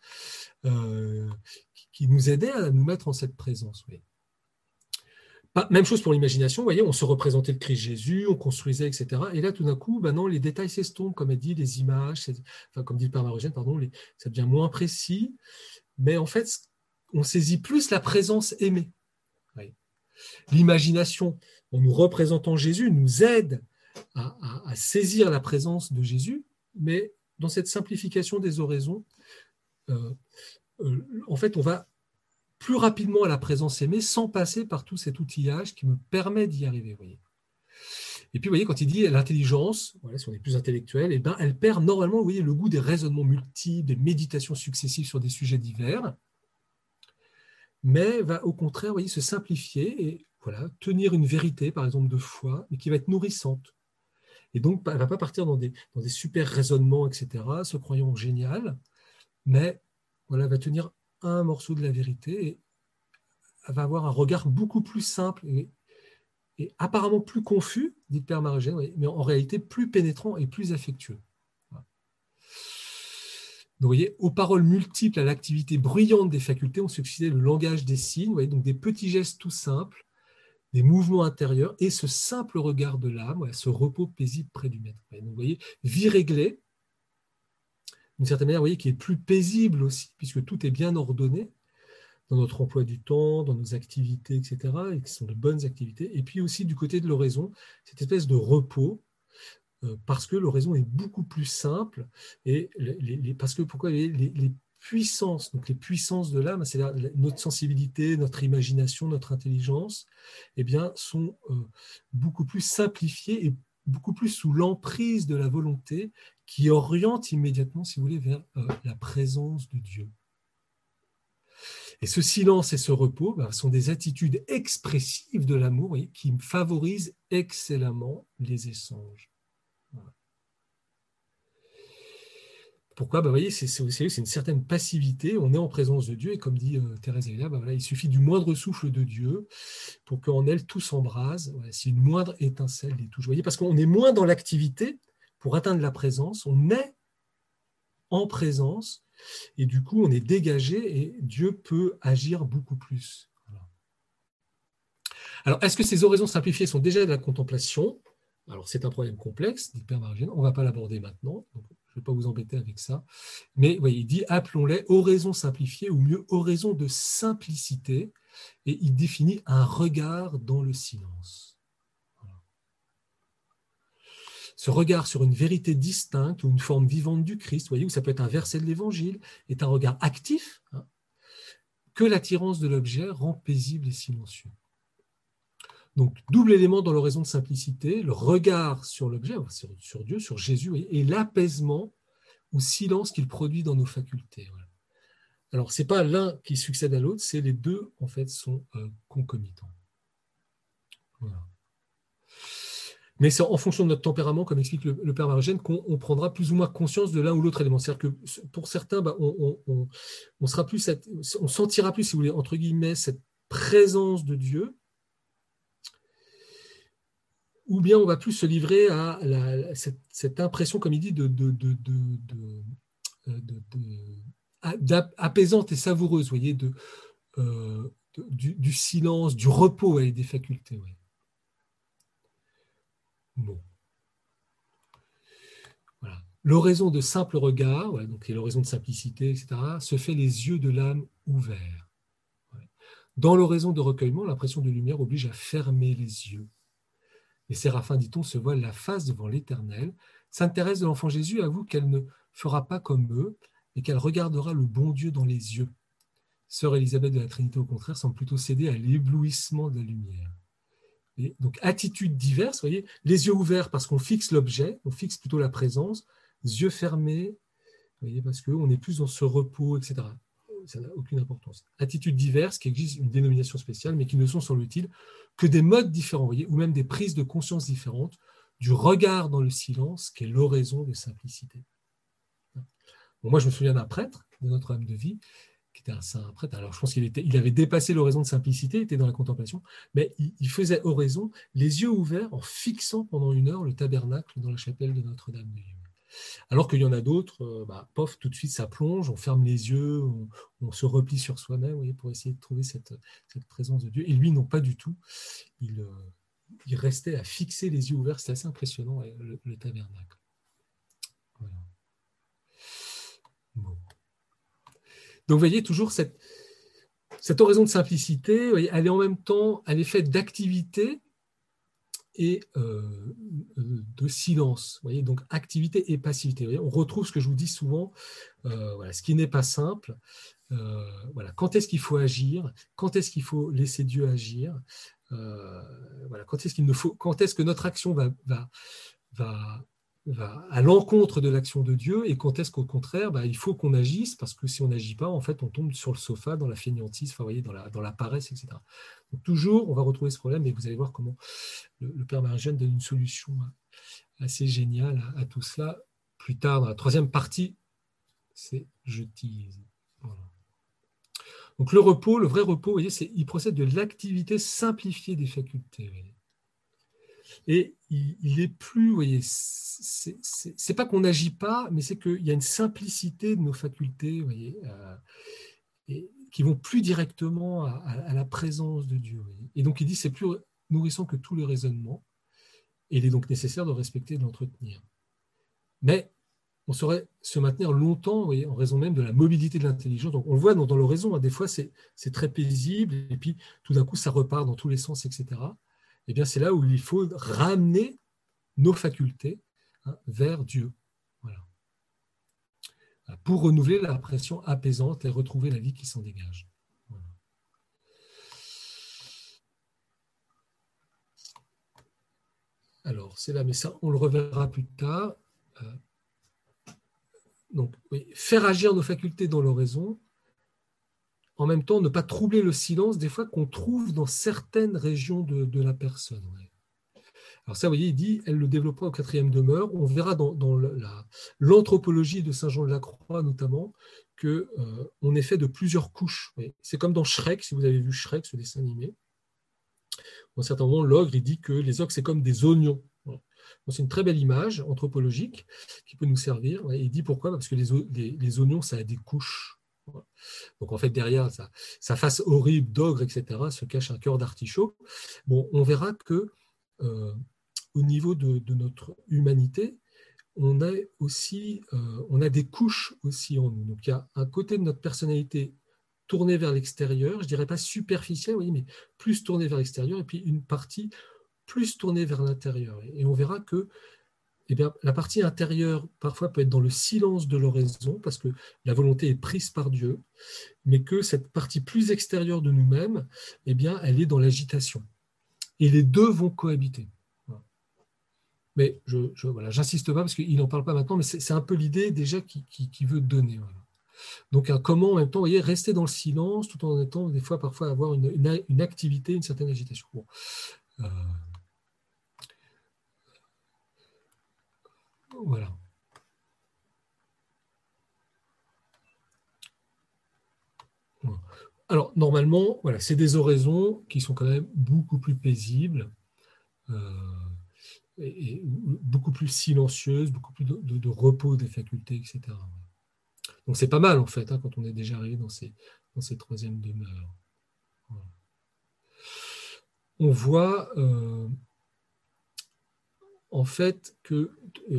qui nous aidaient à nous mettre en cette présence. Oui. Même chose pour l'imagination, vous voyez, on se représentait le Christ Jésus, on construisait, etc. Et là, tout d'un coup, non, les détails s'estompent, comme elle dit, les images, comme dit le Père Marogène, ça devient moins précis, mais en fait, on saisit plus la présence aimée. Oui. L'imagination, en nous représentant Jésus, nous aide à saisir la présence de Jésus, mais dans cette simplification des oraisons, en fait, on va plus rapidement à la présence aimée sans passer par tout cet outillage qui me permet d'y arriver. Voyez. Et puis, vous voyez, quand il dit l'intelligence, voilà, si on est plus intellectuel, elle perd normalement, vous voyez, le goût des raisonnements multiples, des méditations successives sur des sujets divers, mais va au contraire, vous voyez, se simplifier et voilà, tenir une vérité, par exemple, de foi, mais qui va être nourrissante. Et donc, elle ne va pas partir dans des super raisonnements, etc., se croyant génial, mais voilà, elle va tenir un morceau de la vérité et elle va avoir un regard beaucoup plus simple et apparemment plus confus, dit Père Marogène, mais en réalité plus pénétrant et plus affectueux. Voilà. Donc, vous voyez, aux paroles multiples, à l'activité bruyante des facultés, on succédait le langage des signes, vous voyez, donc des petits gestes tout simples, des mouvements intérieurs et ce simple regard de l'âme, ce repos paisible près du maître. Donc, vous voyez, vie réglée, d'une certaine manière, vous voyez, qui est plus paisible aussi, puisque tout est bien ordonné dans notre emploi du temps, dans nos activités, etc., et qui sont de bonnes activités. Et puis aussi du côté de l'oraison, cette espèce de repos, parce que l'oraison est beaucoup plus simple, et parce que pourquoi les puissances, donc les puissances de l'âme, c'est notre sensibilité, notre imagination, notre intelligence, eh bien, sont beaucoup plus simplifiées et beaucoup plus sous l'emprise de la volonté qui oriente immédiatement, si vous voulez, vers la présence de Dieu. Et ce silence et ce repos sont des attitudes expressives de l'amour qui favorisent excellemment les échanges. Voilà. Pourquoi ? Vous voyez, c'est une certaine passivité. On est en présence de Dieu et comme dit Thérèse Avila, voilà, il suffit du moindre souffle de Dieu pour qu'en elle tout s'embrase. Voilà, si une moindre étincelle les touche. Vous voyez, parce qu'on est moins dans l'activité pour atteindre la présence, on est en présence et du coup on est dégagé et Dieu peut agir beaucoup plus. Voilà. Alors, est-ce que ces oraisons simplifiées sont déjà de la contemplation ? Alors, c'est un problème complexe, dit Père Marogène, on ne va pas l'aborder maintenant, donc je ne vais pas vous embêter avec ça. Mais voyez, il dit, appelons-les oraisons simplifiées, ou mieux, oraisons de simplicité, et il définit un regard dans le silence. Voilà. Ce regard sur une vérité distincte ou une forme vivante du Christ, voyez, où ça peut être un verset de l'Évangile, est un regard actif, que l'attirance de l'objet rend paisible et silencieux. Donc, double élément dans l'oraison de simplicité, le regard sur l'objet, sur Dieu, sur Jésus, et l'apaisement au silence qu'il produit dans nos facultés. Voilà. Alors, ce n'est pas l'un qui succède à l'autre, c'est les deux, en fait, sont concomitants. Voilà. Mais c'est en fonction de notre tempérament, comme explique le père Marugène, qu'on prendra plus ou moins conscience de l'un ou l'autre élément. C'est-à-dire que pour certains, on sera plus, on sentira plus, si vous voulez, entre guillemets, cette présence de Dieu, ou bien on va plus se livrer à cette impression, comme il dit, apaisante et savoureuse, vous voyez, du silence, du repos et des facultés. Ouais. Bon. Voilà. L'oraison de simple regard, ouais, donc l'oraison de simplicité, etc., se fait les yeux de l'âme ouverts. Ouais. Dans l'oraison de recueillement, l'impression de lumière oblige à fermer les yeux. Les séraphins, dit-on, se voilent la face devant l'Éternel. Sainte Thérèse de l'Enfant Jésus avoue qu'elle ne fera pas comme eux, mais qu'elle regardera le bon Dieu dans les yeux. Sœur Élisabeth de la Trinité, au contraire, semble plutôt céder à l'éblouissement de la lumière. Et donc, attitudes diverses, vous voyez, les yeux ouverts parce qu'on fixe l'objet, on fixe plutôt la présence, yeux fermés, vous voyez, parce qu'on est plus dans ce repos, etc. Ça n'a aucune importance. Attitudes diverses qui exigent une dénomination spéciale, mais qui ne sont, semble-t-il, que des modes différents, vous voyez, ou même des prises de conscience différentes du regard dans le silence, qui est l'oraison de simplicité. Bon, moi, je me souviens d'un prêtre de Notre-Dame de Vie, qui était un saint prêtre. Alors, je pense qu'il avait dépassé l'oraison de simplicité, il était dans la contemplation, mais il faisait oraison, les yeux ouverts, en fixant pendant 1 heure le tabernacle dans la chapelle de Notre-Dame de Vie. Alors qu'il y en a d'autres, pof, tout de suite, ça plonge, on ferme les yeux, on se replie sur soi-même, vous voyez, pour essayer de trouver cette présence de Dieu. Et lui, non, pas du tout. Il restait à fixer les yeux ouverts. C'est assez impressionnant, le tabernacle. Voilà. Bon. Donc, vous voyez, toujours cette oraison de simplicité, vous voyez, elle est en même temps, elle est faite d'activité et de silence. Vous voyez, donc activité et passivité. Vous voyez, on retrouve ce que je vous dis souvent, voilà, ce qui n'est pas simple. Voilà, quand est-ce qu'il faut agir, quand est-ce qu'il faut laisser Dieu agir, voilà, quand est-ce que notre action va à l'encontre de l'action de Dieu, et quand est-ce qu'au contraire, il faut qu'on agisse, parce que si on n'agit pas, en fait, on tombe sur le sofa, dans la fainéantise, enfin, vous voyez, dans la paresse, etc. Donc, toujours, on va retrouver ce problème, et vous allez voir comment le Père Marugène donne une solution assez géniale à tout cela. Plus tard, dans la 3e partie, c'est « je tease ». Voilà. Donc, le repos, le vrai repos, vous voyez, il procède de l'activité simplifiée des facultés. Vous voyez. Et il est plus, vous voyez, c'est pas qu'on n'agit pas, mais c'est qu'il y a une simplicité de nos facultés, vous voyez, et qui vont plus directement à la présence de Dieu. Vous voyez. Et donc il dit c'est plus nourrissant que tout le raisonnement, et il est donc nécessaire de respecter et de l'entretenir. Mais on saurait se maintenir longtemps, vous voyez, en raison même de la mobilité de l'intelligence. Donc on le voit dans l'oraison, des fois c'est très paisible, et puis tout d'un coup ça repart dans tous les sens, etc. Eh bien, c'est là où il faut ramener nos facultés vers Dieu. Voilà. Pour renouveler la pression apaisante et retrouver la vie qui s'en dégage. Voilà. Alors, c'est là, mais ça, on le reverra plus tard. Donc, oui, faire agir nos facultés dans l'oraison, en même temps, ne pas troubler le silence, des fois, qu'on trouve dans certaines régions de la personne. Ouais. Alors ça, vous voyez, il dit, elle le développera au 4e demeure. On verra dans l'anthropologie de Saint Jean de la Croix, notamment, qu'on est fait de plusieurs couches. Oui. C'est comme dans Shrek, si vous avez vu Shrek, ce dessin animé. À un certain moment, l'ogre, il dit que les ogres, c'est comme des oignons. Voilà. C'est une très belle image anthropologique qui peut nous servir. Ouais. Il dit pourquoi ? Parce que les oignons, ça a des couches. Voilà. Donc en fait, derrière sa face horrible d'ogre, etc., se cache un cœur d'artichaut. Bon, on verra que au niveau de notre humanité, on a des couches aussi en nous. Donc il y a un côté de notre personnalité tournée vers l'extérieur, je ne dirais pas superficielle, oui, mais plus tournée vers l'extérieur, et puis une partie plus tournée vers l'intérieur. Et on verra que la partie intérieure, parfois, peut être dans le silence de l'oraison, parce que la volonté est prise par Dieu, mais que cette partie plus extérieure de nous-mêmes, elle est dans l'agitation. Et les deux vont cohabiter. Mais Mais voilà, j'insiste pas parce qu'il n'en parle pas maintenant, mais c'est un peu l'idée déjà qu'il veut donner. Voilà. Donc, comment en même temps, vous voyez, rester dans le silence tout en étant des fois, parfois, avoir une activité, une certaine agitation. Bon. Voilà. Alors, normalement, voilà, c'est des oraisons qui sont quand même beaucoup plus paisibles et beaucoup plus silencieuses, beaucoup plus de repos des facultés, etc. Donc, c'est pas mal, en fait, quand on est déjà arrivé dans ces troisièmes demeures. Voilà. On voit, en fait, que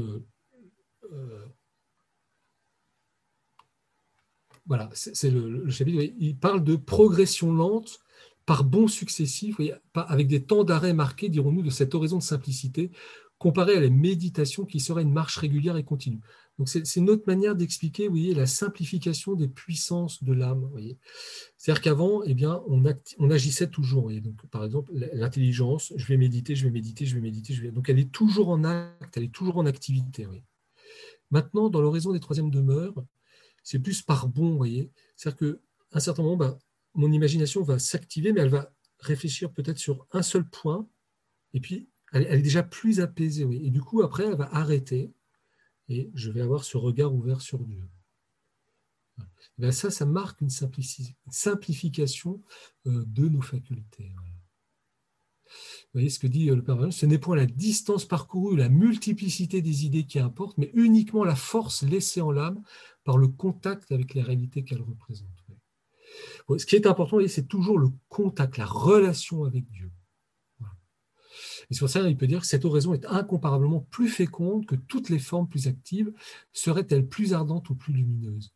voilà, c'est le chapitre, il parle de progression lente par bonds successifs, avec des temps d'arrêt marqués, dirons-nous, de cette oraison de simplicité, comparée à la méditation qui serait une marche régulière et continue. Donc c'est une autre manière d'expliquer, vous voyez, la simplification des puissances de l'âme. C'est-à-dire qu'avant, eh bien, on agissait toujours. Voyez. Donc, par exemple, l'intelligence, je vais méditer, je vais méditer, je vais méditer. Donc elle est toujours en acte, elle est toujours en activité. Voyez. Maintenant, dans l'horizon des troisièmes demeures, c'est plus par bond, vous voyez. C'est-à-dire qu'à un certain moment, mon imagination va s'activer, mais elle va réfléchir peut-être sur un seul point, et puis elle est déjà plus apaisée. Oui. Et du coup, après, elle va arrêter, et je vais avoir ce regard ouvert sur Dieu. Et ça marque une simplification de nos facultés. Voilà. Vous voyez ce que dit le Père Valence, ce n'est point la distance parcourue, la multiplicité des idées qui importe, mais uniquement la force laissée en l'âme par le contact avec les réalités qu'elle représente. Bon, ce qui est important, c'est toujours le contact, la relation avec Dieu. Voilà. Et c'est pour ça qu'il peut dire que cette oraison est incomparablement plus féconde que toutes les formes plus actives, serait-elle plus ardente ou plus lumineuse.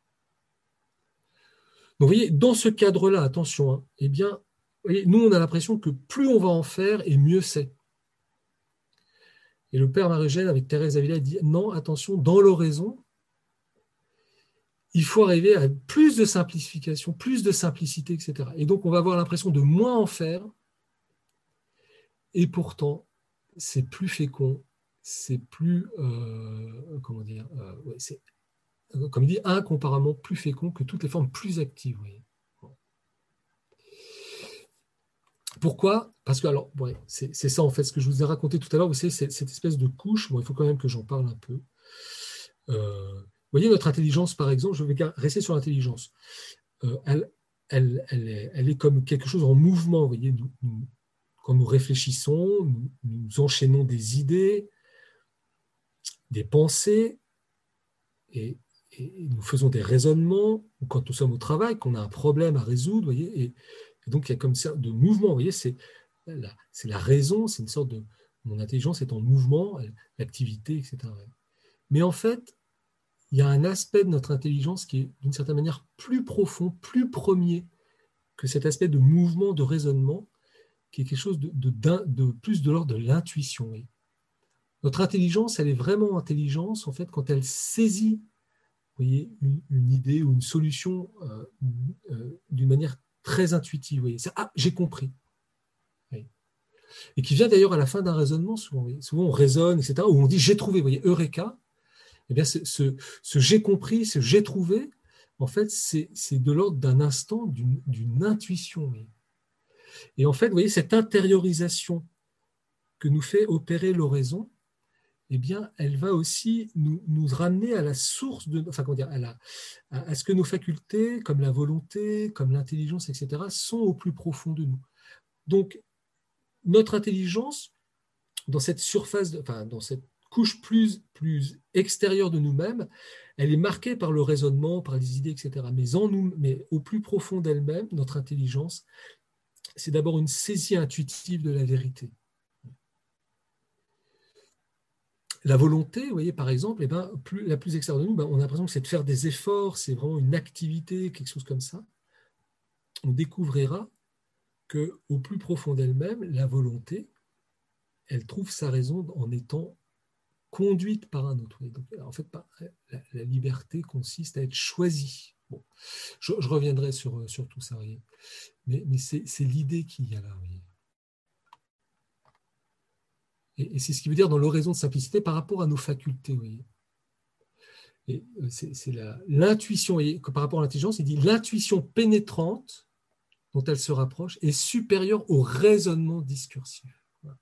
Donc, vous voyez, dans ce cadre-là, attention, eh bien, vous voyez, nous, on a l'impression que plus on va en faire, et mieux c'est. Et le père Marie-Eugène, avec Thérèse Avila, dit non, attention, dans l'oraison, il faut arriver à plus de simplification, plus de simplicité, etc. Et donc, on va avoir l'impression de moins en faire, et pourtant, c'est plus fécond, c'est plus, comment dire, c'est, comme il dit, incomparablement plus fécond que toutes les formes plus actives. Vous voyez. Pourquoi? Parce que, alors, ouais, c'est ça en fait ce que je vous ai raconté tout à l'heure, vous savez, cette espèce de couche, bon, il faut quand même que j'en parle un peu. Vous voyez, notre intelligence, par exemple, je vais rester sur l'intelligence. Elle est comme quelque chose en mouvement, vous voyez, quand nous réfléchissons, nous enchaînons des idées, des pensées, et nous faisons des raisonnements, ou quand nous sommes au travail, qu'on a un problème à résoudre, vous voyez, et donc il y a comme ça de mouvement, vous voyez, c'est la raison, c'est une sorte de... Mon intelligence est en mouvement, l'activité, etc. Mais en fait, il y a un aspect de notre intelligence qui est d'une certaine manière plus profond, plus premier que cet aspect de mouvement, de raisonnement, qui est quelque chose de plus de l'ordre de l'intuition. Oui. Notre intelligence, elle est vraiment intelligence en fait quand elle saisit, vous voyez, une idée ou une solution d'une manière très intuitive. Vous voyez. Ah, j'ai compris. Oui. Et qui vient d'ailleurs à la fin d'un raisonnement, souvent. Oui. Souvent on raisonne, etc., où on dit j'ai trouvé, vous voyez, Eureka. Eh bien, ce j'ai compris, ce j'ai trouvé, en fait, c'est de l'ordre d'un instant, d'une intuition. Oui. Et en fait, vous voyez, cette intériorisation que nous fait opérer l'oraison, eh bien, elle va aussi nous ramener à la source de, enfin, comment dire, à ce que nos facultés, comme la volonté, comme l'intelligence, etc., sont au plus profond de nous. Donc, notre intelligence, dans cette surface, enfin, dans cette couche plus extérieure de nous-mêmes, elle est marquée par le raisonnement, par les idées, etc. Mais au plus profond d'elle-même, notre intelligence, c'est d'abord une saisie intuitive de la vérité. La volonté, vous voyez, par exemple, la plus extérieure de nous, on a l'impression que c'est de faire des efforts, c'est vraiment une activité, quelque chose comme ça. On découvrira qu'au plus profond d'elle-même, la volonté, elle trouve sa raison en étant conduite par un autre. Donc, en fait, la liberté consiste à être choisie. Bon, je reviendrai sur tout ça, mais c'est l'idée qu'il y a là. Et c'est ce qui veut dire dans l'oraison de simplicité par rapport à nos facultés. Vous voyez. Et c'est l'intuition, par rapport à l'intelligence, il dit l'intuition pénétrante dont elle se rapproche est supérieure au raisonnement discursif.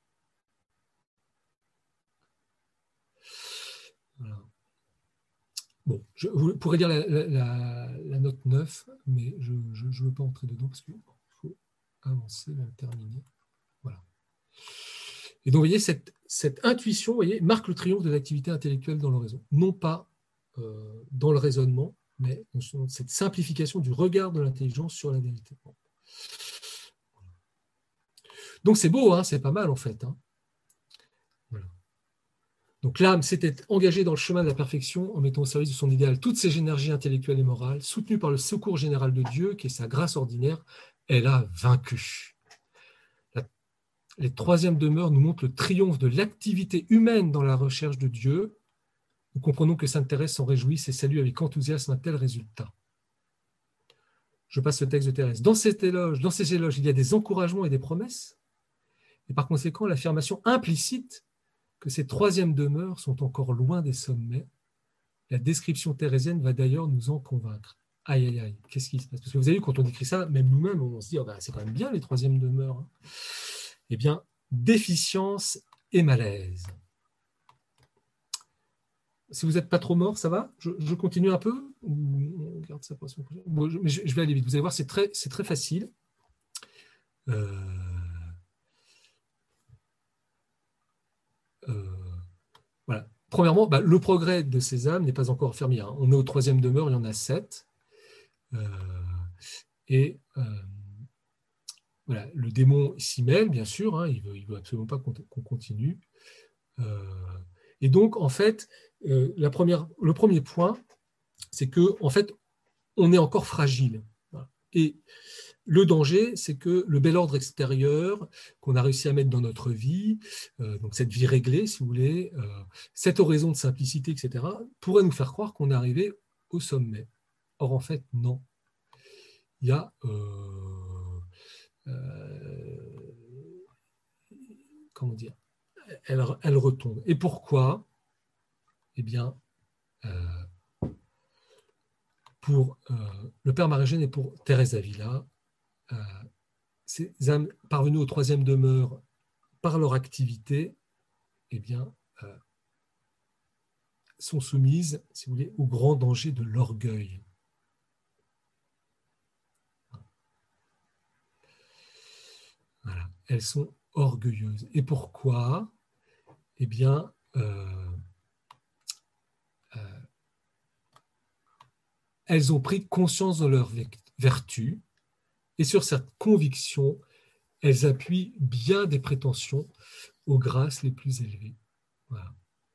Voilà. Bon, vous pourrez lire la note 9, mais je ne veux pas entrer dedans parce qu'il faut avancer, même terminer. Voilà. Et donc, vous voyez, cette intuition, vous voyez, marque le triomphe de l'activité intellectuelle dans l'oraison. Non pas dans le raisonnement, mais dans cette simplification du regard de l'intelligence sur la vérité. Donc, c'est beau, hein, c'est pas mal en fait. Hein. Voilà. Donc l'âme s'était engagée dans le chemin de la perfection en mettant au service de son idéal toutes ses énergies intellectuelles et morales, soutenue par le secours général de Dieu, qui est sa grâce ordinaire, elle a vaincu. Les troisièmes demeures nous montrent le triomphe de l'activité humaine dans la recherche de Dieu. Nous comprenons que sainte Thérèse s'en réjouisse et salue avec enthousiasme un tel résultat. Je passe le texte de Thérèse. Dans ces éloges, il y a des encouragements et des promesses, et par conséquent l'affirmation implicite que ces troisièmes demeures sont encore loin des sommets. La description thérésienne va d'ailleurs nous en convaincre. Aïe, aïe, aïe, qu'est-ce qui se passe? Parce que vous avez vu, quand on décrit ça, même nous-mêmes, on se dit, oh ben, c'est quand même bien les troisièmes demeures. Hein. Eh bien, déficience et malaise. Si vous n'êtes pas trop mort, ça va? Je continue un peu? Ou on garde ça pour la semaine prochaine? Bon, je vais aller vite. Vous allez voir, c'est très facile. Voilà. Premièrement, le progrès de ces âmes n'est pas encore fermé. Hein. On est au troisième demeure, il y en a 7. Voilà, le démon s'y mêle, bien sûr, hein, il veut absolument pas qu'on continue. Et donc, en fait, le premier point, c'est que, en fait, on est encore fragile. Voilà. Et le danger, c'est que le bel ordre extérieur qu'on a réussi à mettre dans notre vie, donc cette vie réglée, si vous voulez, cette oraison de simplicité, etc., pourrait nous faire croire qu'on est arrivé au sommet. Or, en fait, non. Il y a... comment dire, elle retombe. Et pourquoi? Eh bien, pour le Père Marie-Eugène et pour Thérèse d'Avila, ces âmes parvenues au troisième demeure par leur activité, eh bien, sont soumises, si vous voulez, au grand danger de l'orgueil. Voilà. Elles sont orgueilleuses. Et pourquoi? Eh bien, elles ont pris conscience de leur vertu, et sur cette conviction, elles appuient bien des prétentions aux grâces les plus élevées. Voilà.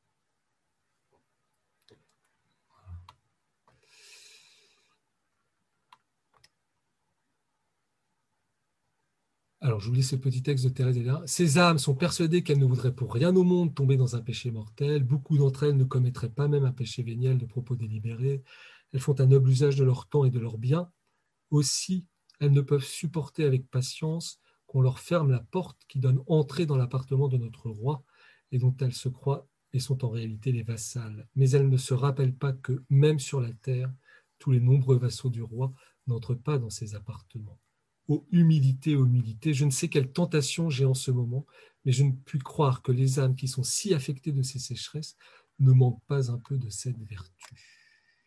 Alors, je vous lis ce petit texte de Thérèse d'Avila. Ces âmes sont persuadées qu'elles ne voudraient pour rien au monde tomber dans un péché mortel. Beaucoup d'entre elles ne commettraient pas même un péché véniel de propos délibérés. Elles font un noble usage de leur temps et de leurs biens. Aussi, elles ne peuvent supporter avec patience qu'on leur ferme la porte qui donne entrée dans l'appartement de notre roi et dont elles se croient et sont en réalité les vassales. Mais elles ne se rappellent pas que, même sur la terre, tous les nombreux vassaux du roi n'entrent pas dans ces appartements. Ô humilité, je ne sais quelle tentation j'ai en ce moment, mais je ne puis croire que les âmes qui sont si affectées de ces sécheresses ne manquent pas un peu de cette vertu.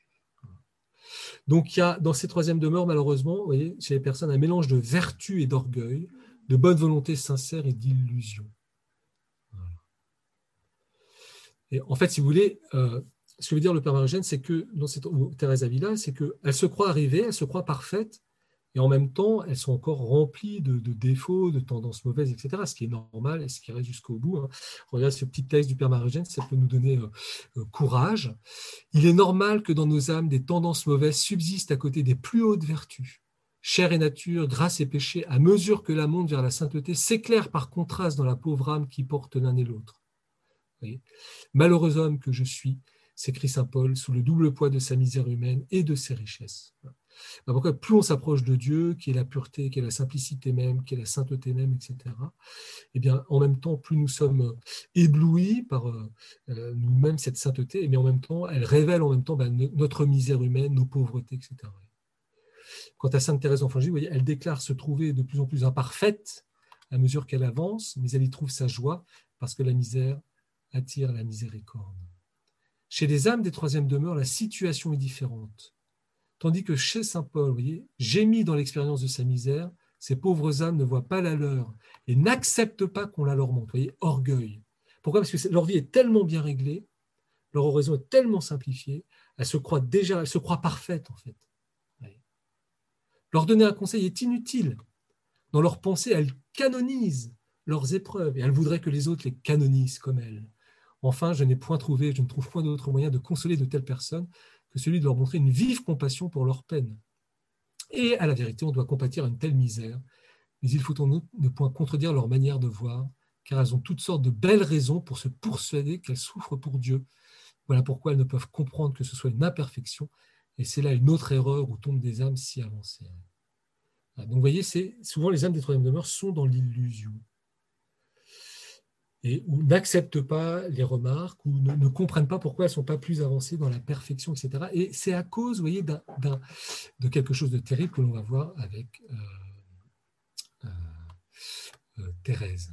Donc il y a dans ces troisièmes demeures, malheureusement, vous voyez, chez les personnes, un mélange de vertu et d'orgueil, de bonne volonté sincère et d'illusion. Voilà. Et en fait, si vous voulez, ce que veut dire le Père Marie-Eugène, c'est que, Thérèse d'Avila, c'est qu'elle se croit arrivée, elle se croit parfaite, et en même temps, elles sont encore remplies de défauts, de tendances mauvaises, etc., ce qui est normal et ce qui reste jusqu'au bout. Hein. Regarde ce petit texte du Père Marie-Eugène, ça peut nous donner courage. Il est normal que dans nos âmes, des tendances mauvaises subsistent à côté des plus hautes vertus. Chair et nature, grâce et péché, à mesure que la monte vers la sainteté, s'éclairent par contraste dans la pauvre âme qui porte l'un et l'autre. Malheureux homme que je suis, s'écrie saint Paul, sous le double poids de sa misère humaine et de ses richesses. Ben pourquoi plus on s'approche de Dieu, qui est la pureté, qui est la simplicité même, qui est la sainteté même, etc., eh bien, en même temps, plus nous sommes éblouis par nous-mêmes, cette sainteté, mais en même temps, elle révèle en même temps notre misère humaine, nos pauvretés, etc. Quant à Sainte Thérèse d'Enfant Jésus, vous voyez, elle déclare se trouver de plus en plus imparfaite à mesure qu'elle avance, mais elle y trouve sa joie parce que la misère attire la miséricorde. Chez les âmes des troisièmes demeures, la situation est différente. Tandis que chez saint Paul, vous voyez, gémit dans l'expérience de sa misère, ces pauvres âmes ne voient pas la leur et n'acceptent pas qu'on la leur montre. Vous voyez, orgueil. Pourquoi ? Parce que leur vie est tellement bien réglée, leur oraison est tellement simplifiée, elles se croient parfaites en fait. Leur donner un conseil est inutile. Dans leur pensée, elles canonisent leurs épreuves et elles voudraient que les autres les canonisent comme elles. Enfin, je ne trouve point d'autre moyen de consoler de telles personnes que celui de leur montrer une vive compassion pour leur peine. Et à la vérité, on doit compatir à une telle misère, mais il faut en outre ne point contredire leur manière de voir, car elles ont toutes sortes de belles raisons pour se persuader qu'elles souffrent pour Dieu. Voilà pourquoi elles ne peuvent comprendre que ce soit une imperfection, et c'est là une autre erreur où tombent des âmes si avancées. Donc vous voyez, souvent les âmes des troisième demeure sont dans l'illusion, et ou n'acceptent pas les remarques, ou ne comprennent pas pourquoi elles ne sont pas plus avancées dans la perfection, etc. Et c'est à cause, vous voyez, de quelque chose de terrible que l'on va voir avec Thérèse.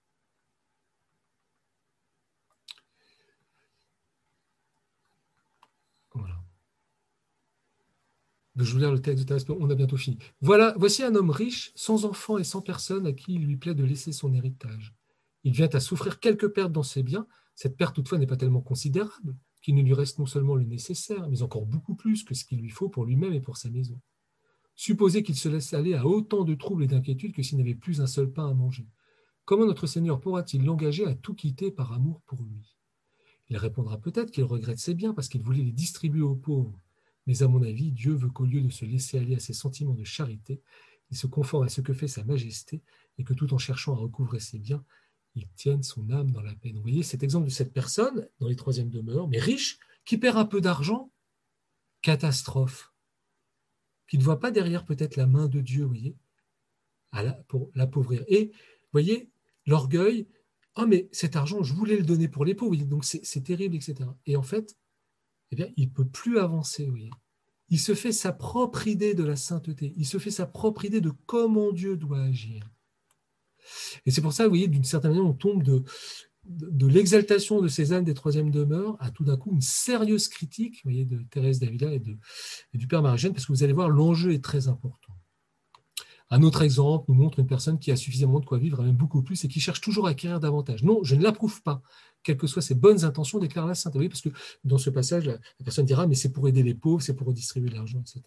Voilà. Je vous lire le texte de Thérèse, on a bientôt fini. Voici un homme riche, sans enfants et sans personne, à qui il lui plaît de laisser son héritage. Il vient à souffrir quelques pertes dans ses biens. Cette perte, toutefois, n'est pas tellement considérable qu'il ne lui reste non seulement le nécessaire, mais encore beaucoup plus que ce qu'il lui faut pour lui-même et pour sa maison. Supposez qu'il se laisse aller à autant de troubles et d'inquiétudes que s'il n'avait plus un seul pain à manger. Comment notre Seigneur pourra-t-il l'engager à tout quitter par amour pour lui ? Il répondra peut-être qu'il regrette ses biens parce qu'il voulait les distribuer aux pauvres. Mais à mon avis, Dieu veut qu'au lieu de se laisser aller à ses sentiments de charité, il se conforme à ce que fait sa majesté et que tout en cherchant à recouvrer ses biens, il tienne son âme dans la paix. Donc, vous voyez cet exemple de cette personne dans les troisièmes demeures, mais riche, qui perd un peu d'argent, catastrophe, qui ne voit pas derrière peut-être la main de Dieu, vous voyez, pour l'appauvrir. Et vous voyez, l'orgueil, oh mais cet argent, je voulais le donner pour les pauvres, donc c'est terrible, etc. Et en fait, eh bien, il ne peut plus avancer, vous voyez. Il se fait sa propre idée de la sainteté. Il se fait sa propre idée de comment Dieu doit agir. Et c'est pour ça, vous voyez, d'une certaine manière, on tombe de l'exaltation de ces âmes des troisième demeures à tout d'un coup une sérieuse critique, vous voyez, de Thérèse d'Avila et du Père Marigène, parce que vous allez voir, l'enjeu est très important. Un autre exemple nous montre une personne qui a suffisamment de quoi vivre, et même beaucoup plus, et qui cherche toujours à acquérir davantage. Non, je ne l'approuve pas. Quelles que soient ses bonnes intentions, déclare la sainte. Vous voyez, parce que dans ce passage, la personne dira, mais c'est pour aider les pauvres, c'est pour redistribuer l'argent, etc.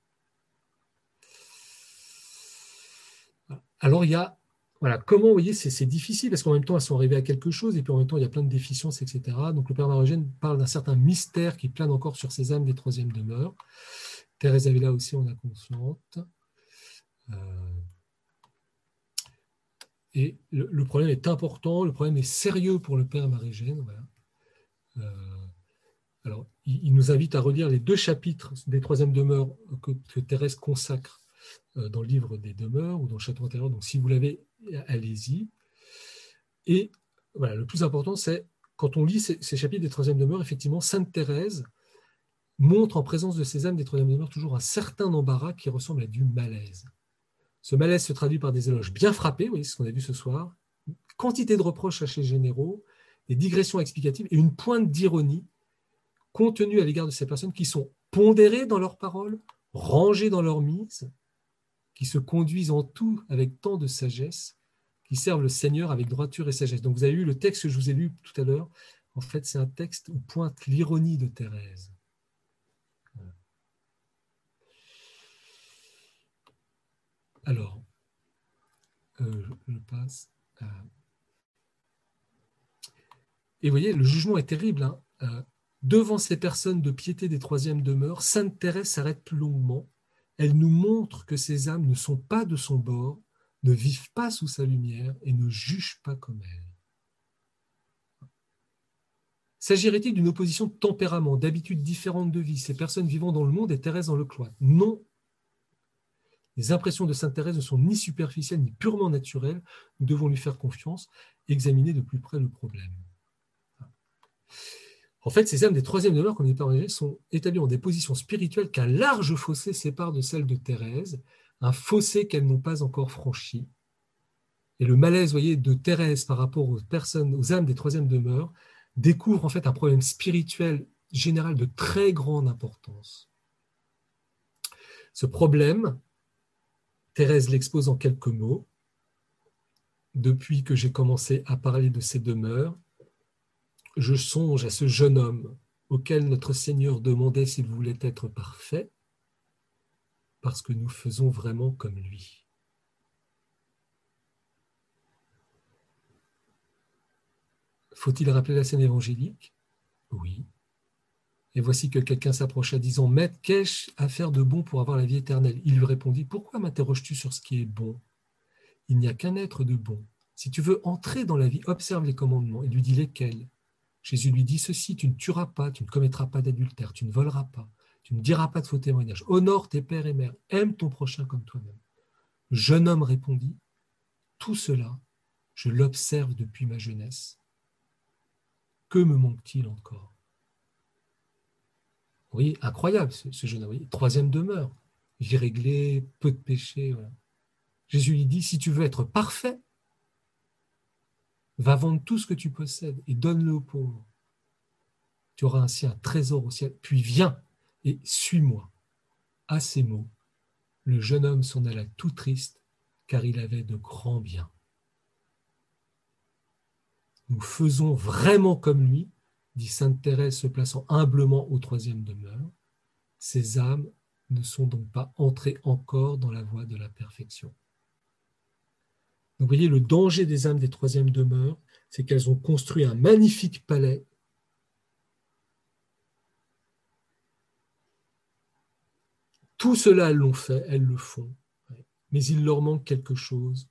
Alors, il y a, voilà, comment, vous voyez, c'est difficile, parce qu'en même temps, elles sont arrivées à quelque chose, et puis en même temps, il y a plein de déficiences, etc. Donc, le Père Marigène parle d'un certain mystère qui plane encore sur ces âmes des troisième demeures. Thérèse Avila aussi en a consciente. Et le problème est important, le problème est sérieux pour le Père Marigène. Voilà. Alors, il nous invite à relire les 2 chapitres des troisième demeures que Thérèse consacre dans le livre des demeures ou dans le château intérieur. Donc, si vous l'avez, allez-y. Et voilà, le plus important, c'est quand on lit ces chapitres des troisième demeures, effectivement, Sainte Thérèse montre en présence de ces âmes des troisième demeures toujours un certain embarras qui ressemble à du malaise. Ce malaise se traduit par des éloges bien frappés, oui, c'est ce qu'on a vu ce soir, quantité de reproches à chez généraux, des digressions explicatives et une pointe d'ironie contenue à l'égard de ces personnes qui sont pondérées dans leurs paroles, rangées dans leurs mises, qui se conduisent en tout avec tant de sagesse, qui servent le Seigneur avec droiture et sagesse. Donc vous avez eu le texte que je vous ai lu tout à l'heure. En fait, c'est un texte où pointe l'ironie de Thérèse. Voilà. Alors, je passe à... Et vous voyez, le jugement est terrible. Hein. Devant ces personnes de piété des troisième demeures, Sainte Thérèse s'arrête plus longuement. Elle nous montre que ces âmes ne sont pas de son bord, ne vivent pas sous sa lumière et ne jugent pas comme elle. S'agirait-il d'une opposition de tempérament, d'habitudes différentes de vie, ces personnes vivant dans le monde et Thérèse dans le cloître? Non, Les impressions de sainte Thérèse ne sont ni superficielles ni purement naturelles. Nous devons lui faire confiance, examiner de plus près le problème. En fait, ces âmes des troisième demeures, comme il est parlé, sont établies en des positions spirituelles qu'un large fossé sépare de celles de Thérèse, un fossé qu'elles n'ont pas encore franchi. Et le malaise, voyez, de Thérèse par rapport aux personnes, aux âmes des troisième demeures, découvre en fait un problème spirituel général de très grande importance. Ce problème, Thérèse l'expose en quelques mots. Depuis que j'ai commencé à parler de ces demeures, je songe à ce jeune homme auquel notre Seigneur demandait s'il voulait être parfait, parce que nous faisons vraiment comme lui. Faut-il rappeler la scène évangélique? Oui. Et voici que quelqu'un s'approcha disant « Maître, qu'ai-je à faire de bon pour avoir la vie éternelle ?» Il lui répondit « Pourquoi m'interroges-tu sur ce qui est bon? Il n'y a qu'un être de bon. Si tu veux entrer dans la vie, observe les commandements. » Il lui dit « Lesquels ?» Jésus lui dit ceci, tu ne tueras pas, tu ne commettras pas d'adultère, tu ne voleras pas, tu ne diras pas de faux témoignages, honore tes pères et mères, aime ton prochain comme toi-même. Le jeune homme répondit, tout cela, je l'observe depuis ma jeunesse. Que me manque-t-il encore? Oui, incroyable ce jeune homme. Oui, troisième demeure, vie réglée, peu de péché. Voilà. Jésus lui dit, si tu veux être parfait, va vendre tout ce que tu possèdes et donne-le aux pauvres. Tu auras ainsi un trésor au ciel. Puis viens et suis-moi. À ces mots, le jeune homme s'en alla tout triste, car il avait de grands biens. Nous faisons vraiment comme lui, dit sainte Thérèse se plaçant humblement au troisième demeure. Ces âmes ne sont donc pas entrées encore dans la voie de la perfection. Donc, vous voyez, le danger des âmes des troisième demeures, c'est qu'elles ont construit un magnifique palais. Tout cela, elles l'ont fait, elles le font. Mais il leur manque quelque chose.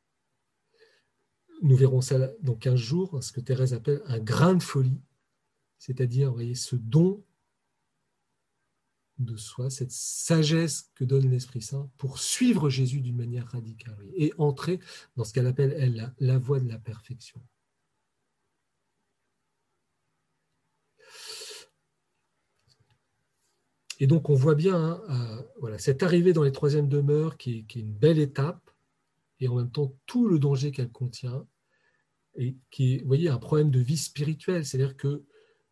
Nous verrons ça dans 15 jours, ce que Thérèse appelle un grain de folie, c'est-à-dire, vous voyez, ce don de soi, cette sagesse que donne l'Esprit Saint pour suivre Jésus d'une manière radicale et entrer dans ce qu'elle appelle, elle, la voie de la perfection. Et donc, on voit bien voilà, cette arrivée dans les troisième demeures qui est une belle étape et en même temps tout le danger qu'elle contient et qui est, vous voyez, un problème de vie spirituelle, c'est-à-dire que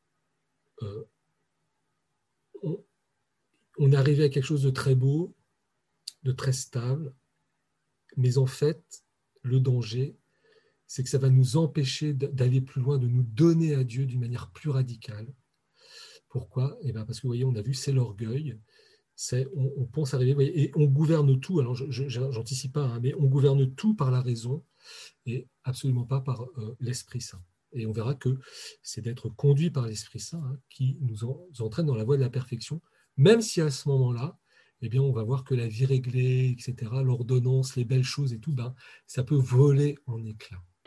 on est arrivé à quelque chose de très beau, de très stable, mais en fait, le danger, c'est que ça va nous empêcher d'aller plus loin, de nous donner à Dieu d'une manière plus radicale. Pourquoi? Eh bien parce que, vous voyez, on a vu, c'est l'orgueil, on pense arriver, voyez, et on gouverne tout, alors je n'anticipe pas, hein, mais on gouverne tout par la raison et absolument pas par l'Esprit Saint. Et on verra que c'est d'être conduit par l'Esprit Saint qui nous entraîne dans la voie de la perfection, même si à ce moment-là, eh bien, on va voir que la vie réglée, etc., l'ordonnance, les belles choses et tout, ça peut voler en éclats.